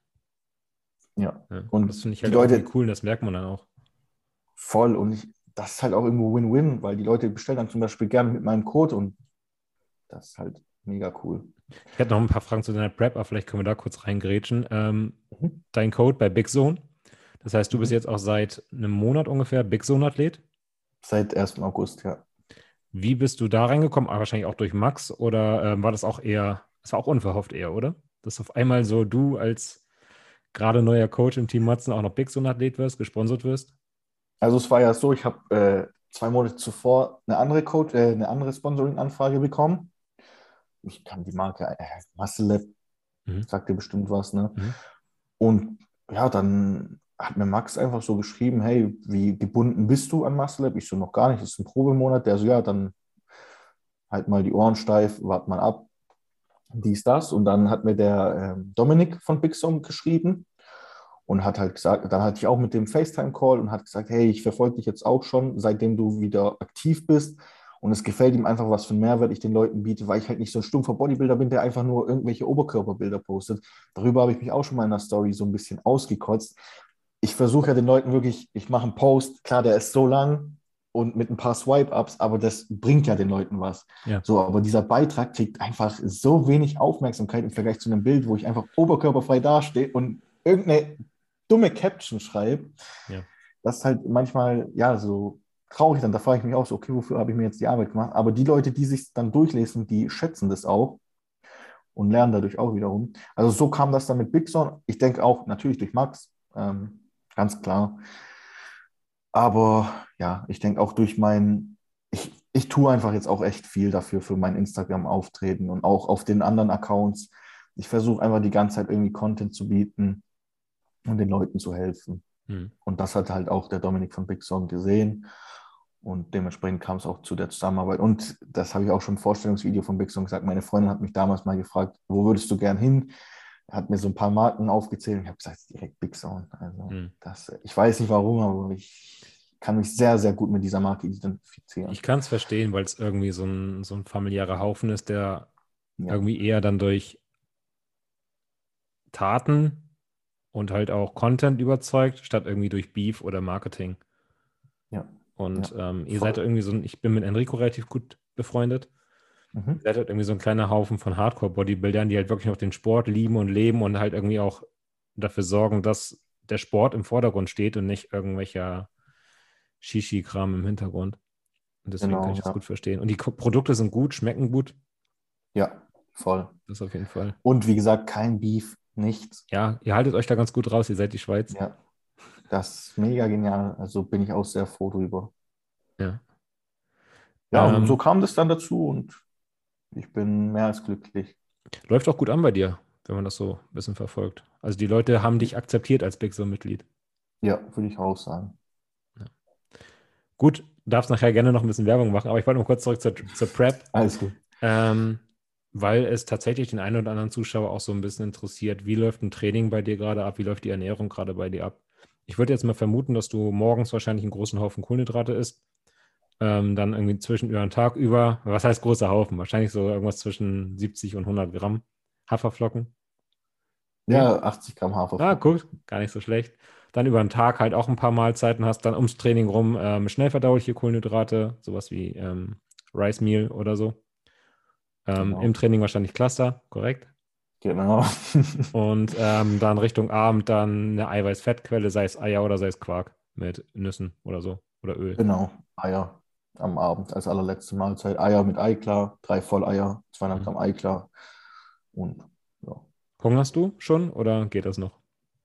Ja. Ja. Und das Und finde ich die halt auch irgendwie Leute cool und das merkt man dann auch. voll und ich, das ist halt auch irgendwo Win-Win, weil die Leute bestellen dann zum Beispiel gerne mit meinem Code und das ist halt mega cool. Ich hätte noch ein paar Fragen zu deiner Prep, aber vielleicht können wir da kurz reingrätschen. Ähm, Mhm. dein Code bei Big Zone. Das heißt, du bist Mhm. jetzt auch seit einem Monat ungefähr Big Zone-Athlet. Seit ersten August, ja. Wie bist du da reingekommen? Ah, wahrscheinlich auch durch Max oder ähm, war das auch eher, das war auch unverhofft eher, oder? Dass auf einmal so du als gerade neuer Coach im Team Matzen auch noch Big Zone-Athlet wirst, gesponsert wirst? Also es war ja so, ich habe äh, zwei Monate zuvor eine andere Coach, äh, eine andere Sponsoring-Anfrage bekommen. Ich kann die Marke, äh, Muscle Lab, Mhm. sagt dir bestimmt was, ne? Mhm. Und ja, dann hat mir Max einfach so geschrieben, hey, wie gebunden bist du an Muscle Lab? Ich so, noch gar nicht, das ist ein Probemonat. Der so, ja, dann halt mal die Ohren steif, wart mal ab, dies, das. Und dann hat mir der ähm, Dominik von Big Song geschrieben und hat halt gesagt, dann hatte ich auch mit dem FaceTime-Call und hat gesagt, hey, ich verfolge dich jetzt auch schon, seitdem du wieder aktiv bist. Und es gefällt ihm einfach, was für einen Mehrwert ich den Leuten biete, weil ich halt nicht so ein stumpfer Bodybuilder bin, der einfach nur irgendwelche Oberkörperbilder postet. Darüber habe ich mich auch schon mal in der Story so ein bisschen ausgekotzt. Ich versuche ja den Leuten wirklich, ich mache einen Post, klar, der ist so lang und mit ein paar Swipe-Ups, aber das bringt ja den Leuten was. Ja. So, aber dieser Beitrag kriegt einfach so wenig Aufmerksamkeit im Vergleich zu einem Bild, wo ich einfach oberkörperfrei dastehe und irgendeine dumme Caption schreibe. Ja. Das ist halt manchmal, ja, so traurig dann. Da frage ich mich auch so, okay, wofür habe ich mir jetzt die Arbeit gemacht? Aber die Leute, die sich dann durchlesen, die schätzen das auch und lernen dadurch auch wiederum. Also so kam das dann mit Big Son. Ich denke auch natürlich durch Max, ähm, ganz klar. Aber ja, ich denke auch durch mein, ich, ich tue einfach jetzt auch echt viel dafür für mein Instagram-Auftreten und auch auf den anderen Accounts. Ich versuche einfach die ganze Zeit irgendwie Content zu bieten und den Leuten zu helfen. Hm. Und das hat halt auch der Dominik von Big Song gesehen. Und dementsprechend kam es auch zu der Zusammenarbeit. Und das habe ich auch schon im Vorstellungsvideo von Big Song gesagt. Meine Freundin hat mich damals mal gefragt, wo würdest du gern hin? Er hat mir so ein paar Marken aufgezählt und ich habe gesagt, direkt Big Song. Also Hm. das, ich weiß nicht warum, aber ich kann mich sehr, sehr gut mit dieser Marke identifizieren. Ich kann es verstehen, weil es irgendwie so ein, so ein familiärer Haufen ist, der Ja, irgendwie eher dann durch Taten und halt auch Content überzeugt, statt irgendwie durch Beef oder Marketing. ja, ja, Und ähm, ihr seid voll. irgendwie so ein, ich bin mit Enrico relativ gut befreundet. Ihr Mhm. seid halt irgendwie so ein kleiner Haufen von Hardcore-Bodybuildern, die halt wirklich noch den Sport lieben und leben und halt irgendwie auch dafür sorgen, dass der Sport im Vordergrund steht und nicht irgendwelcher Shishi-Kram im Hintergrund. Und deswegen kann ich Genau, das gut ja. verstehen. Und die Ko- Produkte sind gut, schmecken gut. Ja, voll. Das auf jeden Fall. Und wie gesagt, kein Beef, nichts. Ja, ihr haltet euch da ganz gut raus. Ihr seid die Schweiz. Ja, das ist mega genial. Also bin ich auch sehr froh drüber. Ja. Ja, und so Ähm, kam das dann dazu und ich bin mehr als glücklich. läuft auch gut an bei dir, wenn man das so ein bisschen verfolgt. Also die Leute haben dich akzeptiert als Big Soul-Mitglied. Ja, würde ich auch sagen. Ja. Gut, darfst nachher gerne noch ein bisschen Werbung machen, aber ich wollte noch kurz zurück zur, zur Prep, Alles gut. ähm, weil es tatsächlich den einen oder anderen Zuschauer auch so ein bisschen interessiert, wie läuft ein Training bei dir gerade ab, wie läuft die Ernährung gerade bei dir ab. Ich würde jetzt mal vermuten, dass du morgens wahrscheinlich einen großen Haufen Kohlenhydrate isst, ähm, dann irgendwie zwischen über den Tag über, was heißt großer Haufen? Wahrscheinlich so irgendwas zwischen siebzig und hundert Gramm Haferflocken. Nee? Ja, achtzig Gramm Ah, Haferflocken. guck, gar nicht so schlecht. Dann über den Tag halt auch ein paar Mahlzeiten hast, dann ums Training rum ähm, schnell verdauliche Kohlenhydrate, sowas wie ähm, Rice Meal oder so. Ähm, im Genau. Training wahrscheinlich Cluster, korrekt. Genau. Und ähm, dann Richtung Abend dann eine Eiweiß-Fettquelle, sei es Eier oder sei es Quark mit Nüssen oder so oder Öl. Genau. Eier am Abend als allerletzte Mahlzeit. Eier mit Eiklar, drei Volleier, zweihundert Mhm. Gramm Eiklar. Und ja. Hungerst du schon oder geht das noch?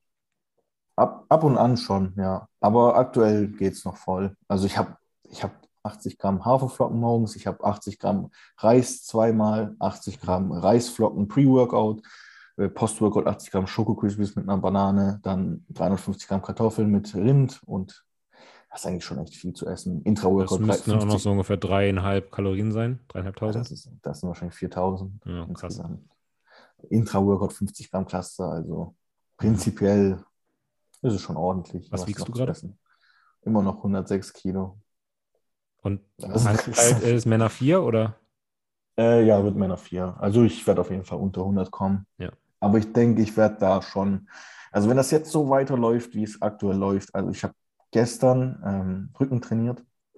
Ab, ab und an schon, ja. Aber aktuell geht es noch voll. Also ich habe ich hab achtzig Gramm Haferflocken morgens, ich habe achtzig Gramm Reis zweimal, achtzig Mhm. Gramm Reisflocken Pre-Workout, äh, Post-Workout achtzig Gramm Schoko-Crispies mit einer Banane, dann dreihundertfünfzig Gramm Kartoffeln mit Rind und das ist eigentlich schon echt viel zu essen. Das Intra-Workout müssten dann auch noch so fünfzig, ungefähr dreieinhalb Kalorien sein, ja, dreieinhalbtausend. das ist, das sind wahrscheinlich viertausend Ja, krass. insgesamt. Intra-Workout fünfzig Gramm Cluster, also Mhm. prinzipiell ist es schon ordentlich, Was was wiegst du noch zu gerade? essen. Immer noch hundertsechs Kilo. Und Also, angeteilt ist Männer vier oder? äh, ja, wird Männer vier. Also ich werde auf jeden Fall unter hundert kommen. Ja. Aber ich denke, ich werde da schon, also wenn das jetzt so weiterläuft, wie es aktuell läuft, also ich habe gestern ähm, Rücken trainiert,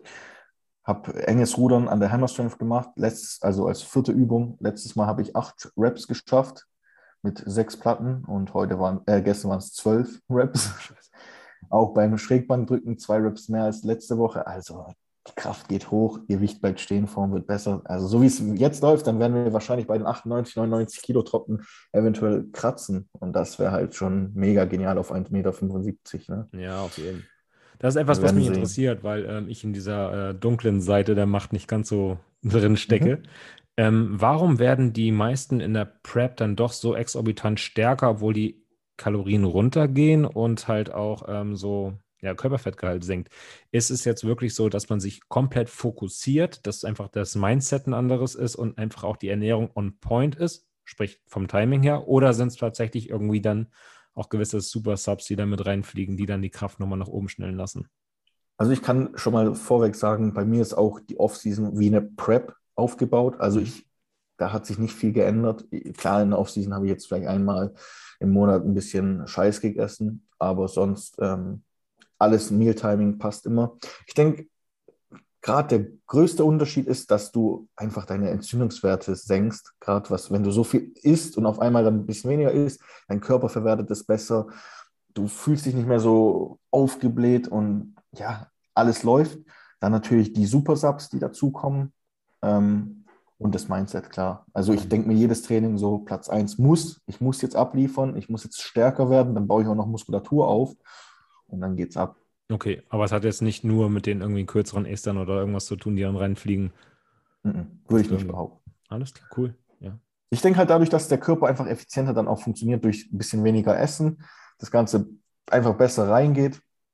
habe enges Rudern an der Hammer Strength gemacht, letztes, also als vierte Übung. Letztes Mal habe ich acht Reps geschafft mit sechs Platten und heute waren, äh, gestern waren es zwölf Reps. Ach, scheiße. Auch beim Schrägbankdrücken zwei Reps mehr als letzte Woche. Also die Kraft geht hoch, Gewicht bleibt stehen, Form wird besser. Also so wie es jetzt läuft, dann werden wir wahrscheinlich bei den achtundneunzig, neunundneunzig Kilo Trocken eventuell kratzen. Und das wäre halt schon mega genial auf eins Komma fünfundsiebzig Meter. Ne? Ja, auf jeden. Das ist Wir etwas, was werden mich sehen. interessiert, weil ähm, ich in dieser äh, dunklen Seite der Macht nicht ganz so drin stecke. Mhm. Ähm, warum werden die meisten in der Prep dann doch so exorbitant stärker, obwohl die Kalorien runtergehen und halt auch ähm, so ja, Körperfettgehalt senkt? Ist es jetzt wirklich so, dass man sich komplett fokussiert, dass einfach das Mindset ein anderes ist und einfach auch die Ernährung on point ist, sprich vom Timing her, oder sind es tatsächlich irgendwie dann auch gewisse Super Subs, die da mit reinfliegen, die dann die Kraft nochmal nach oben schnellen lassen? Also ich kann schon mal vorweg sagen, bei mir ist auch die Offseason wie eine Prep aufgebaut. Also Mhm. ich, da hat sich nicht viel geändert. Klar, in der Offseason habe ich jetzt vielleicht einmal im Monat ein bisschen Scheiß gegessen, aber sonst ähm, alles Mealtiming passt immer. Ich denke, gerade der größte Unterschied ist, dass du einfach deine Entzündungswerte senkst. Gerade was, wenn du so viel isst und auf einmal dann ein bisschen weniger isst, dein Körper verwertet es besser. Du fühlst dich nicht mehr so aufgebläht und ja, alles läuft. Dann natürlich die Super-Subs, die dazukommen. Ähm, und das Mindset, klar. Also ich Mhm. denke mir jedes Training so, Platz eins muss, ich muss jetzt abliefern, ich muss jetzt stärker werden, dann baue ich auch noch Muskulatur auf und dann geht's ab. Okay, aber es hat jetzt nicht nur mit den irgendwie kürzeren Estern oder irgendwas zu tun, die dann reinfliegen. Mhm. Würde Das ich nicht irgendwie. behaupten. Alles klar, cool. Ja. Ich denke halt dadurch, dass der Körper einfach effizienter dann auch funktioniert durch ein bisschen weniger Essen, das Ganze einfach besser reingeht.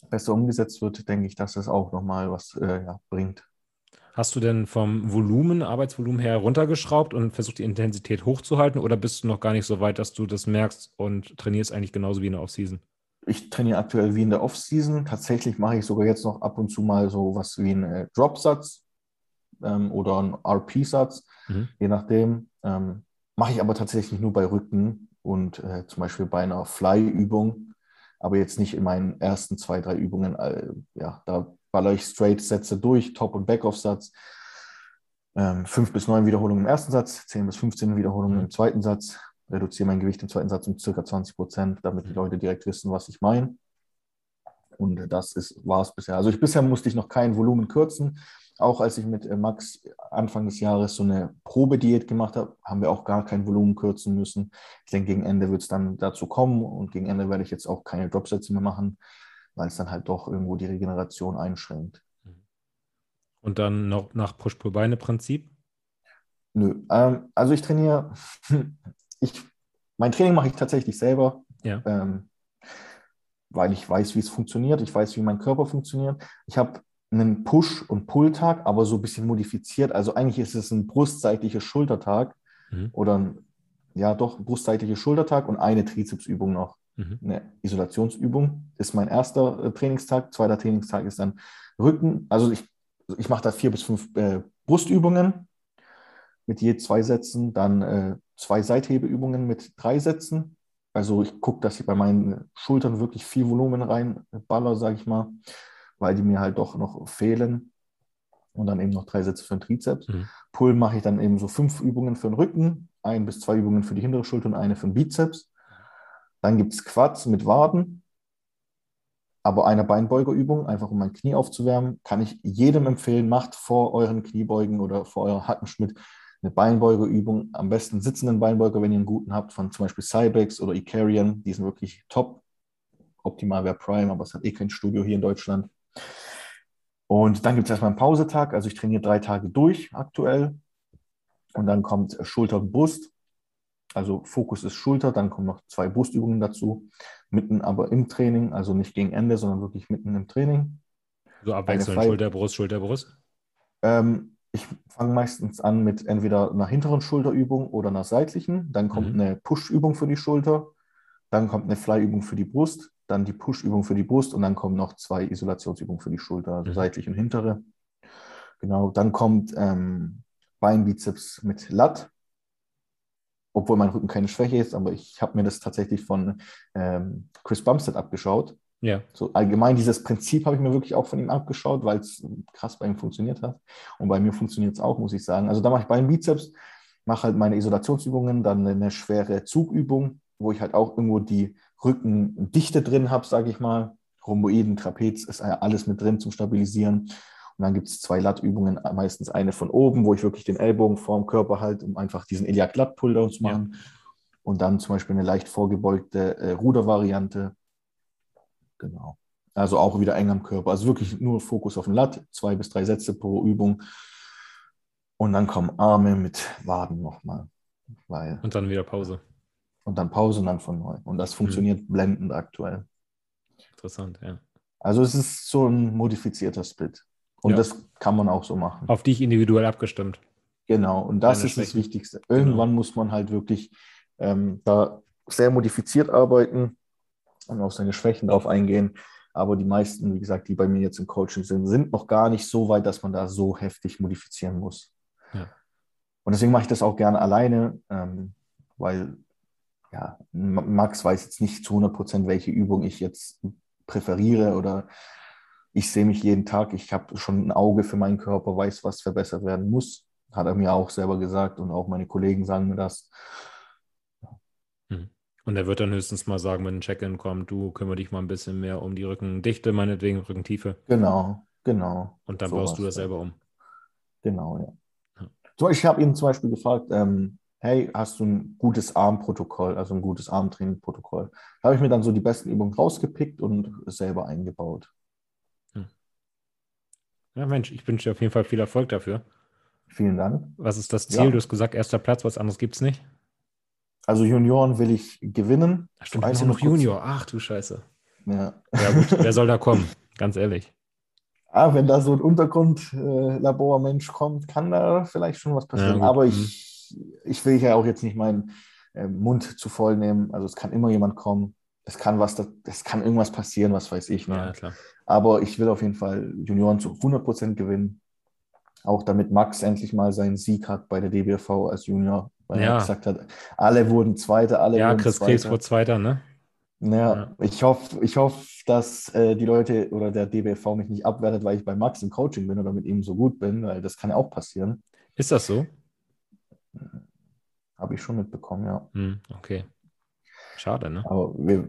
besser umgesetzt wird, denke ich, dass das auch nochmal was äh, ja, bringt. Hast du denn vom Volumen, Arbeitsvolumen her runtergeschraubt und versucht, die Intensität hochzuhalten oder bist du noch gar nicht so weit, dass du das merkst und trainierst eigentlich genauso wie in der Offseason? Ich trainiere aktuell wie in der Off-Season. Tatsächlich mache ich sogar jetzt noch ab und zu mal so was wie einen äh, Drop-Satz ähm, oder einen R P-Satz, Mhm. je nachdem. Ähm, mache ich aber tatsächlich nur bei Rücken und äh, zum Beispiel bei einer Fly-Übung, aber jetzt nicht in meinen ersten zwei, drei Übungen. Äh, ja, da baller ich Straight-Sätze durch, Top- und Back-Off-Satz. Ähm, fünf bis neun Wiederholungen im ersten Satz, zehn bis fünfzehn Wiederholungen Mhm. im zweiten Satz. Reduziere mein Gewicht im zweiten Satz um circa zwanzig Prozent, damit die Mhm. Leute direkt wissen, was ich meine. Und das ist, war es bisher. Also ich, bisher musste ich noch kein Volumen kürzen. Auch als ich mit äh, Max Anfang des Jahres so eine Probediät gemacht habe, haben wir auch gar kein Volumen kürzen müssen. Ich denke, gegen Ende wird es dann dazu kommen und gegen Ende werde ich jetzt auch keine Dropsätze mehr machen, weil es dann halt doch irgendwo die Regeneration einschränkt. Und dann noch nach Push-Pull-Beine-Prinzip? Nö, ähm, also ich trainiere, ich, mein Training mache ich tatsächlich selber, Ja. ähm, weil ich weiß, wie es funktioniert. Ich weiß, wie mein Körper funktioniert. Ich habe einen Push- und Pull-Tag, aber so ein bisschen modifiziert. Also eigentlich ist es ein brustseitlicher Schultertag Mhm. oder ein, ja doch, brustseitlicher Schultertag und eine Trizepsübung noch. Mhm. Eine Isolationsübung ist mein erster äh, Trainingstag. Zweiter Trainingstag ist dann Rücken. Also ich, ich mache da vier bis fünf äh, Brustübungen mit je zwei Sätzen, dann äh, zwei Seithebübungen mit drei Sätzen. Also ich gucke, dass ich bei meinen Schultern wirklich viel Volumen reinballer, sage ich mal, weil die mir halt doch noch fehlen. Und dann eben noch drei Sätze für den Trizeps. Mhm. Pull mache ich dann eben so fünf Übungen für den Rücken, ein bis zwei Übungen für die hintere Schulter und eine für den Bizeps. Dann gibt es Quads mit Waden, aber eine Beinbeugerübung, einfach um mein Knie aufzuwärmen, kann ich jedem empfehlen, macht vor euren Kniebeugen oder vor eurer Hackenschmidt eine Beinbeugerübung, am besten sitzenden Beinbeuger, wenn ihr einen guten habt, von zum Beispiel Cybex oder Icarian, die sind wirklich top. Optimal wäre Prime, aber es hat eh kein Studio hier in Deutschland. Und dann gibt es erstmal einen Pausetag, also ich trainiere drei Tage durch aktuell und dann kommt Schulter und Brust. Also Fokus ist Schulter, dann kommen noch zwei Brustübungen dazu, mitten aber im Training, also nicht gegen Ende, sondern wirklich mitten im Training. So Eine abwechselnd, Fly, Schulter, Brust, Schulter, Brust. ähm, ich fange meistens an mit entweder einer hinteren Schulterübung oder einer seitlichen. Dann kommt Mhm. eine Push-Übung für die Schulter, dann kommt eine Fly-Übung für die Brust, dann die Push-Übung für die Brust und dann kommen noch zwei Isolationsübungen für die Schulter, also Mhm. seitlich und hintere. Genau, dann kommt ähm, Beinbizeps mit Lat, obwohl mein Rücken keine Schwäche ist, aber ich habe mir das tatsächlich von ähm, Chris Bumstead abgeschaut. Ja. So allgemein dieses Prinzip habe ich mir wirklich auch von ihm abgeschaut, weil es krass bei ihm funktioniert hat. Und bei mir funktioniert es auch, muss ich sagen. Also da mache ich Beinbizeps, mache halt meine Isolationsübungen, dann eine schwere Zugübung, wo ich halt auch irgendwo die Rückendichte drin habe, sage ich mal. Rhomboiden, Trapez ist ja alles mit drin zum Stabilisieren. Und dann gibt es zwei Lattübungen, meistens eine von oben, wo ich wirklich den Ellbogen vorm Körper halte, um einfach diesen Iliac-Lat-Pulldown zu Ja. machen. Und dann zum Beispiel eine leicht vorgebeugte äh, Rudervariante. Genau. Also auch wieder eng am Körper. Also wirklich nur Fokus auf den Lat, zwei bis drei Sätze pro Übung. Und dann kommen Arme mit Waden nochmal. Weil, Und dann wieder Pause. und dann Pause und dann von neu. Und das Mhm. funktioniert blendend aktuell. Interessant, ja. Also es ist so ein modifizierter Split. Und Ja. das kann man auch so machen. Auf dich individuell abgestimmt. Genau. Und das Deine ist das Schwächen. Wichtigste. Genau. Irgendwann muss man halt wirklich ähm, da sehr modifiziert arbeiten und auf seine Schwächen drauf eingehen. Aber die meisten, wie gesagt, die bei mir jetzt im Coaching sind, sind noch gar nicht so weit, dass man da so heftig modifizieren muss. Ja. Und deswegen mache ich das auch gerne alleine, ähm, weil ja, Max weiß jetzt nicht zu hundert Prozent, welche Übung ich jetzt präferiere oder ich sehe mich jeden Tag. Ich habe schon ein Auge für meinen Körper, weiß, was verbessert werden muss. Hat er mir auch selber gesagt und auch meine Kollegen sagen mir das. Mhm. Und er wird dann höchstens mal sagen, wenn ein Check-in kommt, du kümmere dich mal ein bisschen mehr um die Rückendichte, meinetwegen Rückentiefe. Genau, genau, Und dann baust du sowas. das selber um. Genau, ja. Ja. So, ich habe ihn zum Beispiel gefragt, ähm, hey, hast du ein gutes Armprotokoll, also ein gutes Armtraining-Protokoll? Da habe ich mir dann so die besten Übungen rausgepickt und selber eingebaut. Hm. Ja, Mensch, ich wünsche dir auf jeden Fall viel Erfolg dafür. Vielen Dank. Was ist das Ziel? Du Ja, hast gesagt, erster Platz, was anderes gibt es nicht. also Junioren will ich gewinnen. Ach, So stimmt, ich bin auch einzelne noch Prozent. Junior. Ach du Scheiße. Ja. Ja gut, wer soll da kommen? Ganz ehrlich. Ah, wenn da so ein Untergrundlabormensch kommt, kann da vielleicht schon was Ja passieren. gut. Aber Hm. ich, ich will ja auch jetzt nicht meinen äh, Mund zu voll nehmen. Also es kann immer jemand kommen. Es kann was, es kann irgendwas passieren, was weiß ich. Ja, Ne? klar. Aber ich will auf jeden Fall Junioren zu hundert Prozent gewinnen. Auch damit Max endlich mal seinen Sieg hat bei der D B V als Junior, weil er Ja, gesagt hat, alle wurden Zweiter, alle ja, wurden Chris Krebs Zweiter. wurde Zweiter, ne? Ja, Ja. ich hoffe, ich hoffe, dass äh, die Leute oder der D B V mich nicht abwertet, weil ich bei Max im Coaching bin oder mit ihm so gut bin, weil das kann ja auch passieren. Ist das so? Habe ich schon mitbekommen, ja. Hm, okay. Schade, ne? Aber wir,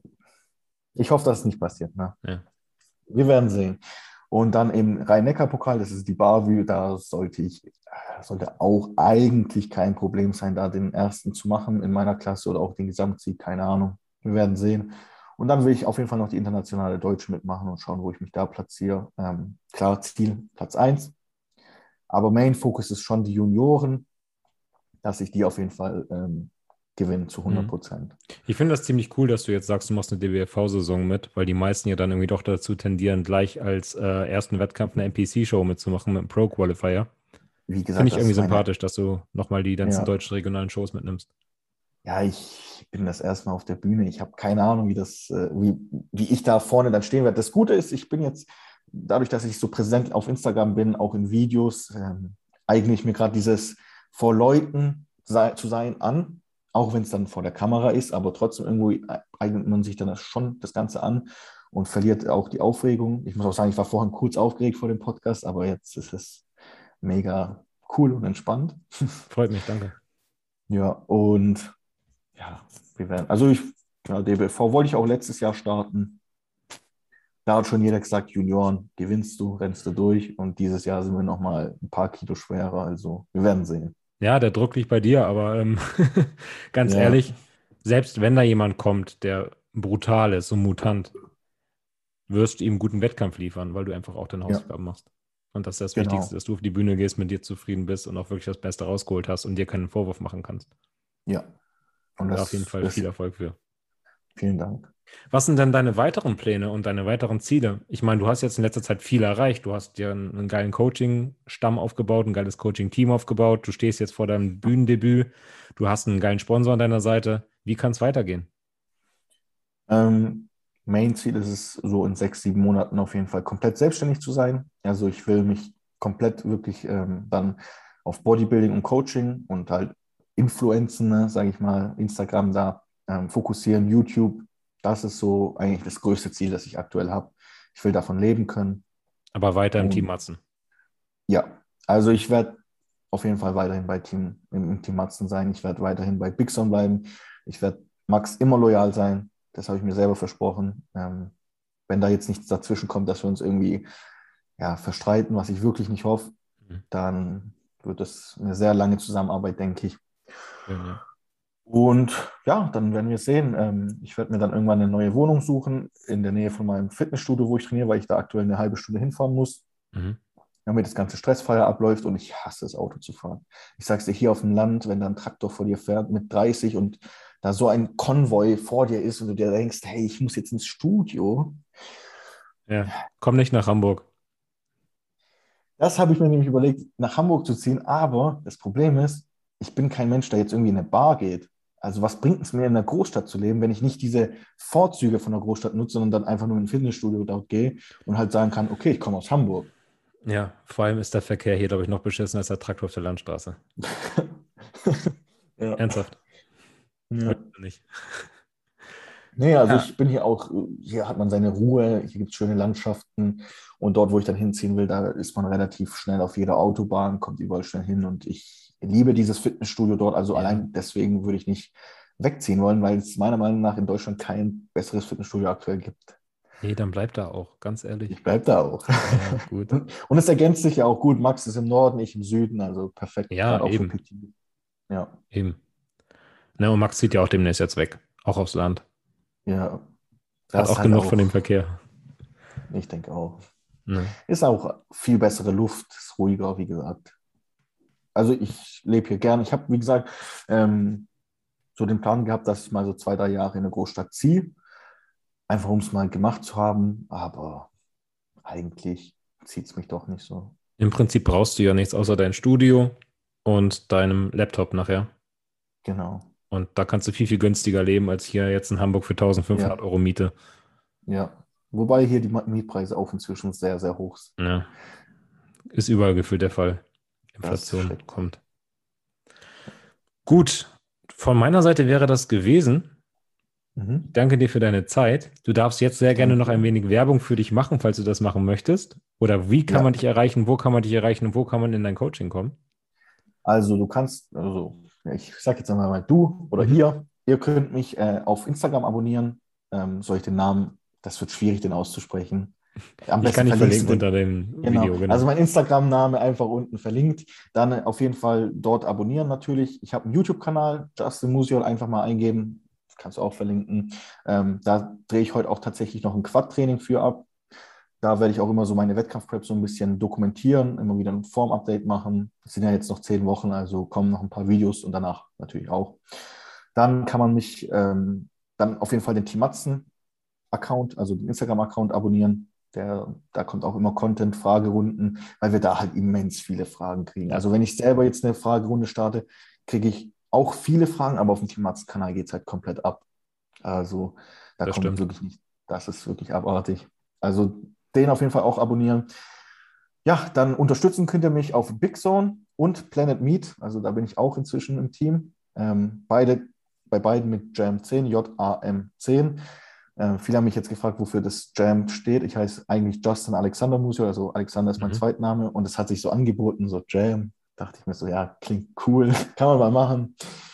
ich hoffe, dass es nicht passiert. Ne? Ja. Wir werden sehen. Und dann im Rhein-Neckar-Pokal, das ist die Bavü, da sollte ich, äh, sollte auch eigentlich kein Problem sein, da den ersten zu machen in meiner Klasse oder auch den Gesamtsieg, keine Ahnung. Wir werden sehen. Und dann will ich auf jeden Fall noch die internationale Deutsche mitmachen und schauen, wo ich mich da platziere. Ähm, klar, Ziel Platz eins. Aber Main Focus ist schon die Junioren, dass ich die auf jeden Fall ähm, gewinne zu hundert Hm. Prozent. Ich finde das ziemlich cool, dass du jetzt sagst, du machst eine D B V-Saison mit, weil die meisten ja dann irgendwie doch dazu tendieren, gleich als äh, ersten Wettkampf eine N P C-Show mitzumachen mit einem Pro-Qualifier. Wie Finde gesagt, ich das irgendwie ist meine, sympathisch, dass du nochmal die ganzen ja, deutschen regionalen Shows mitnimmst. ja, ich bin das erstmal auf der Bühne. Ich habe keine Ahnung, wie das, äh, wie, wie ich da vorne dann stehen werde. Das Gute ist, ich bin jetzt, dadurch, dass ich so präsent auf Instagram bin, auch in Videos, ähm, eigne ich mir gerade dieses vor Leuten sei, zu sein an, auch wenn es dann vor der Kamera ist, aber trotzdem irgendwo eignet man sich dann das schon das Ganze an und verliert auch die Aufregung. Ich muss auch sagen, ich war vorhin kurz aufgeregt vor dem Podcast, aber jetzt ist es mega cool und entspannt. Freut mich, danke. Ja, und ja, wir werden, also ich, ja, D B V wollte ich auch letztes Jahr starten. Da hat schon jeder gesagt, Junioren, gewinnst du, rennst du durch. Und dieses Jahr sind wir nochmal ein paar Kilo schwerer. Also wir werden sehen. Ja, der Druck liegt bei dir, aber ähm, ganz Ja, ehrlich, selbst wenn da jemand kommt, der brutal ist, so ein Mutant, wirst du ihm einen guten Wettkampf liefern, weil du einfach auch deine ja, Hausaufgaben machst. Und das ist das Wichtigste, genau. dass du auf die Bühne gehst, mit dir zufrieden bist und auch wirklich das Beste rausgeholt hast und dir keinen Vorwurf machen kannst. Ja, und Da auf jeden das Fall viel ist, Erfolg für. vielen Dank. Was sind denn deine weiteren Pläne und deine weiteren Ziele? Ich meine, du hast jetzt in letzter Zeit viel erreicht. Du hast dir einen, einen geilen Coaching-Stamm aufgebaut, ein geiles Coaching-Team aufgebaut. Du stehst jetzt vor deinem Bühnendebüt. Du hast einen geilen Sponsor an deiner Seite. Wie kann es weitergehen? Ähm, Main-Ziel ist es, so in sechs, sieben Monaten auf jeden Fall komplett selbstständig zu sein. Also ich will mich komplett wirklich ähm, dann auf Bodybuilding und Coaching und halt Influenzen, ne, sage ich mal, Instagram da ähm, fokussieren, YouTube. Das ist so eigentlich das größte Ziel, das ich aktuell habe. Ich will davon leben können. Aber weiter im Team Und Matzen. ja, also ich werde auf jeden Fall weiterhin bei Team, im, im Team Matzen sein. Ich werde weiterhin bei Bigson bleiben. Ich werde Max immer loyal sein. Das habe ich mir selber versprochen. Ähm, wenn da jetzt nichts dazwischen kommt, dass wir uns irgendwie ja, verstreiten, was ich wirklich nicht hoffe, Mhm. dann wird es eine sehr lange Zusammenarbeit, denke ich. Schön, ja. Und ja, dann werden wir sehen. Ähm, ich werde mir dann irgendwann eine neue Wohnung suchen in der Nähe von meinem Fitnessstudio, wo ich trainiere, weil ich da aktuell eine halbe Stunde hinfahren muss, Mhm. damit das ganze stressfreier abläuft und ich hasse es, Auto zu fahren. Ich sag's dir, hier auf dem Land, wenn da ein Traktor vor dir fährt mit dreißig und da so ein Konvoi vor dir ist und du dir denkst, hey, ich muss jetzt ins Studio. Ja. Komm nicht nach Hamburg. Das habe ich mir nämlich überlegt, nach Hamburg zu ziehen, aber das Problem ist, ich bin kein Mensch, der jetzt irgendwie in eine Bar geht. Also was bringt es mir, in einer Großstadt zu leben, wenn ich nicht diese Vorzüge von der Großstadt nutze, sondern dann einfach nur in ein Fitnessstudio dort gehe und halt sagen kann, okay, ich komme aus Hamburg. Ja, vor allem ist der Verkehr hier, glaube ich, noch beschissen als der Traktor auf der Landstraße. Ja. Ernsthaft. Ja. Willst du nicht. Nee, also Ja. ich bin hier auch, hier hat man seine Ruhe, hier gibt es schöne Landschaften und dort, wo ich dann hinziehen will, da ist man relativ schnell auf jeder Autobahn, kommt überall schnell hin und ich liebe dieses Fitnessstudio dort, also Ja. allein deswegen würde ich nicht wegziehen wollen, weil es meiner Meinung nach in Deutschland kein besseres Fitnessstudio aktuell gibt. Nee, dann bleibt da auch, ganz ehrlich. Ich bleibe da auch. Ja, ja, gut. Und es ergänzt sich ja auch gut. Max ist im Norden, ich im Süden, also perfekt, Ja, gerade auch für eben. P T. Ja, Eben. Ne, und Max zieht ja auch demnächst jetzt weg. Auch aufs Land. ja, Hat das auch halt genug von dem auch, Verkehr. ich denke auch. Ne? Ist auch viel bessere Luft, ist ruhiger, wie gesagt. Also ich lebe hier gern. Ich habe, wie gesagt, ähm, so den Plan gehabt, dass ich mal so zwei, drei Jahre in eine Großstadt ziehe. einfach um es mal gemacht zu haben, aber eigentlich zieht es mich doch nicht so. Im Prinzip brauchst du ja nichts außer dein Studio und deinem Laptop nachher. Genau. Und da kannst du viel, viel günstiger leben als hier jetzt in Hamburg für Ja, eintausendfünfhundert Euro Miete. ja. Wobei hier die Mietpreise auch inzwischen sehr, sehr hoch sind. Ja, ist überall gefühlt der Fall. Das ist Inflation schrecklich. kommt. Gut, von meiner Seite wäre das gewesen. Mhm. Danke dir für deine Zeit. Du darfst jetzt sehr gerne noch ein Danke. wenig Werbung für dich machen, falls du das machen möchtest. Oder wie kann man Ja, dich erreichen? Wo kann man dich erreichen? Und wo kann man in dein Coaching kommen? also du kannst, also ja, ich sage jetzt einmal mal du oder Mhm. ihr, ihr könnt mich äh, auf Instagram abonnieren. Ähm, soll ich den Namen, das wird schwierig, den auszusprechen. Am Ich kann besten dich verlinkst du verlinken unter den, dem genau. Video, genau. Also mein Instagram-Name einfach unten verlinkt. Dann äh, auf jeden Fall dort abonnieren natürlich. Ich habe einen YouTube-Kanal, Justin Musial, einfach mal eingeben. Das kannst du auch verlinken. Ähm, da drehe ich heute auch tatsächlich noch ein Quad-Training für ab. Da werde ich auch immer so meine Wettkampfprep so ein bisschen dokumentieren, immer wieder ein Form-Update machen. Es sind ja jetzt noch zehn Wochen, also kommen noch ein paar Videos und danach natürlich auch. Dann kann man mich ähm, dann auf jeden Fall den Team Matzen-Account, also den Instagram-Account abonnieren. Der, da kommt auch immer Content, Fragerunden, weil wir da halt immens viele Fragen kriegen. Ja, Also wenn ich selber jetzt eine Fragerunde starte, kriege ich auch viele Fragen, aber auf dem Team Matzen-Kanal geht es halt komplett ab. Also da das kommt stimmt. wirklich nicht, das ist wirklich abartig. Also den auf jeden Fall auch abonnieren. Ja, dann unterstützen könnt ihr mich auf Big Zone und Planet Meat. Also da bin ich auch inzwischen im Team. Ähm, beide, bei beiden mit Jam zehn, J A M zehn. Ähm, viele haben mich jetzt gefragt, wofür das Jam steht. Ich heiße eigentlich Justin Alexander Musial, also Alexander ist mein Mhm. Zweitname und es hat sich so angeboten, so Jam. Dachte ich mir so, ja, klingt cool, kann man mal machen.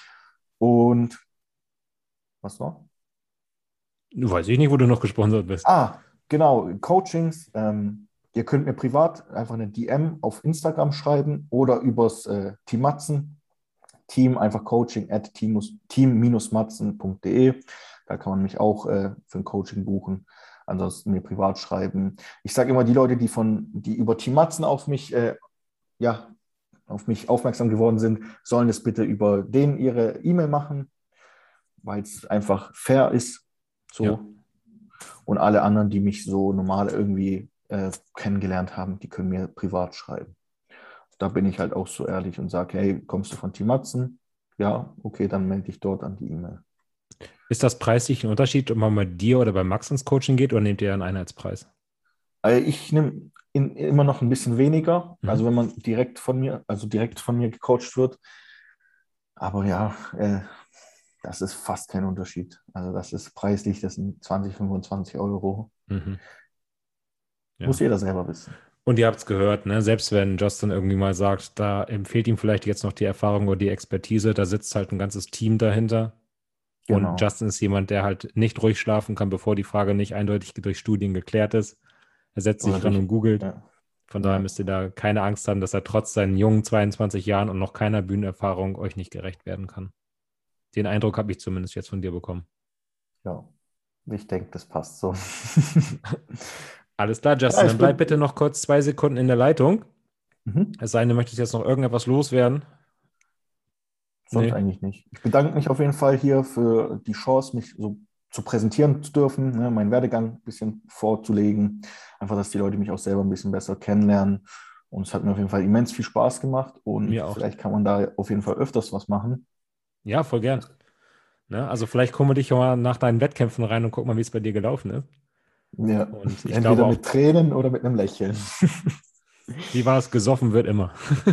Und was noch? Weiß ich nicht, wo du noch gesponsert bist. Ah, genau, Coachings. Ähm, ihr könnt mir privat einfach eine D M auf Instagram schreiben oder übers äh, Team Matzen. Team einfach Coaching at team-matzen punkt de. Da kann man mich auch äh, für ein Coaching buchen. Ansonsten mir privat schreiben. Ich sage immer, die Leute, die von, die über Team Matzen auf mich, äh, ja, auf mich aufmerksam geworden sind, sollen das bitte über den ihre E-Mail machen, weil es einfach fair ist. Ja. So. Und alle anderen, die mich so normal irgendwie äh, kennengelernt haben, die können mir privat schreiben. Da bin ich halt auch so ehrlich und sage, hey, kommst du von Team Matzen? Ja, okay, dann melde dich dort an die E-Mail. Ist das preislich ein Unterschied, ob man bei dir oder bei Max ins Coaching geht oder nehmt ihr einen Einheitspreis? Also ich nehme immer noch ein bisschen weniger, also Mhm. wenn man direkt von mir, also direkt von mir gecoacht wird. Aber ja, äh, das ist fast kein Unterschied. Also das ist preislich, das sind zwanzig, fünfundzwanzig Euro. Mhm. Muss Ja. jeder selber wissen. Und ihr habt es gehört, ne? Selbst wenn Justin irgendwie mal sagt, da empfiehlt ihm vielleicht jetzt noch die Erfahrung oder die Expertise, da sitzt halt ein ganzes Team dahinter. Und Genau. Justin ist jemand, der halt nicht ruhig schlafen kann, bevor die Frage nicht eindeutig durch Studien geklärt ist. Er setzt sich Oder ran durch, und googelt. ja, Von daher ja. müsst ihr da keine Angst haben, dass er trotz seinen jungen zweiundzwanzig Jahren und noch keiner Bühnenerfahrung euch nicht gerecht werden kann. Den Eindruck habe ich zumindest jetzt von dir bekommen. Ja, ich denke, das passt so. Alles klar, Ja, Justin, ich dann bleib bitte bin. noch kurz zwei Sekunden in der Leitung. Mhm. Es sei denn, du möchtest jetzt noch irgendetwas loswerden. Sonst Nee. eigentlich nicht. Ich bedanke mich auf jeden Fall hier für die Chance, mich so zu präsentieren zu dürfen, ne, meinen Werdegang ein bisschen vorzulegen. Einfach, dass die Leute mich auch selber ein bisschen besser kennenlernen. Und es hat mir auf jeden Fall immens viel Spaß gemacht und Mir auch. vielleicht kann man da auf jeden Fall öfters was machen. Ja, voll gern. Ne? Also vielleicht kommen wir dich ja mal nach deinen Wettkämpfen rein und guck mal, wie es bei dir gelaufen ist. Ja, Und ich glaube entweder auch, mit Tränen oder mit einem Lächeln. wie war es? Gesoffen wird immer.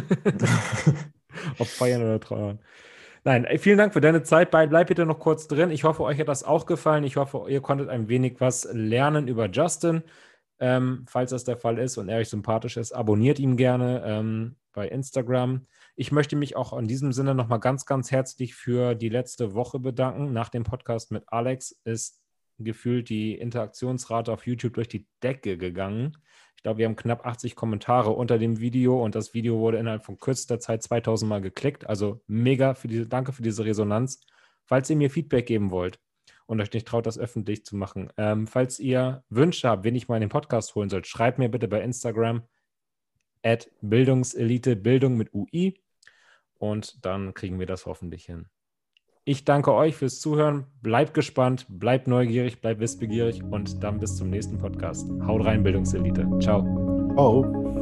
Ob feiern oder trauern. Nein, ey, vielen Dank für deine Zeit. Bleib, bleib bitte noch kurz drin. Ich hoffe, euch hat das auch gefallen. Ich hoffe, ihr konntet ein wenig was lernen über Justin. Ähm, falls das der Fall ist und er euch sympathisch ist, abonniert ihn gerne ähm, bei Instagram. Ich möchte mich auch in diesem Sinne nochmal ganz, ganz herzlich für die letzte Woche bedanken. Nach dem Podcast mit Alex ist gefühlt die Interaktionsrate auf YouTube durch die Decke gegangen. Ich glaube, wir haben knapp achtzig Kommentare unter dem Video und das Video wurde innerhalb von kürzester Zeit zweitausend Mal geklickt. Also mega für diese, danke für diese Resonanz. Falls ihr mir Feedback geben wollt und euch nicht traut, das öffentlich zu machen, ähm, falls ihr Wünsche habt, wen ich mal in den Podcast holen soll, schreibt mir bitte bei Instagram at Bildungselite, Bildung mit U I und dann kriegen wir das hoffentlich hin. Ich danke euch fürs Zuhören. Bleibt gespannt, bleibt neugierig, bleibt wissbegierig und dann bis zum nächsten Podcast. Haut rein, Bildungselite. Ciao. Ciao.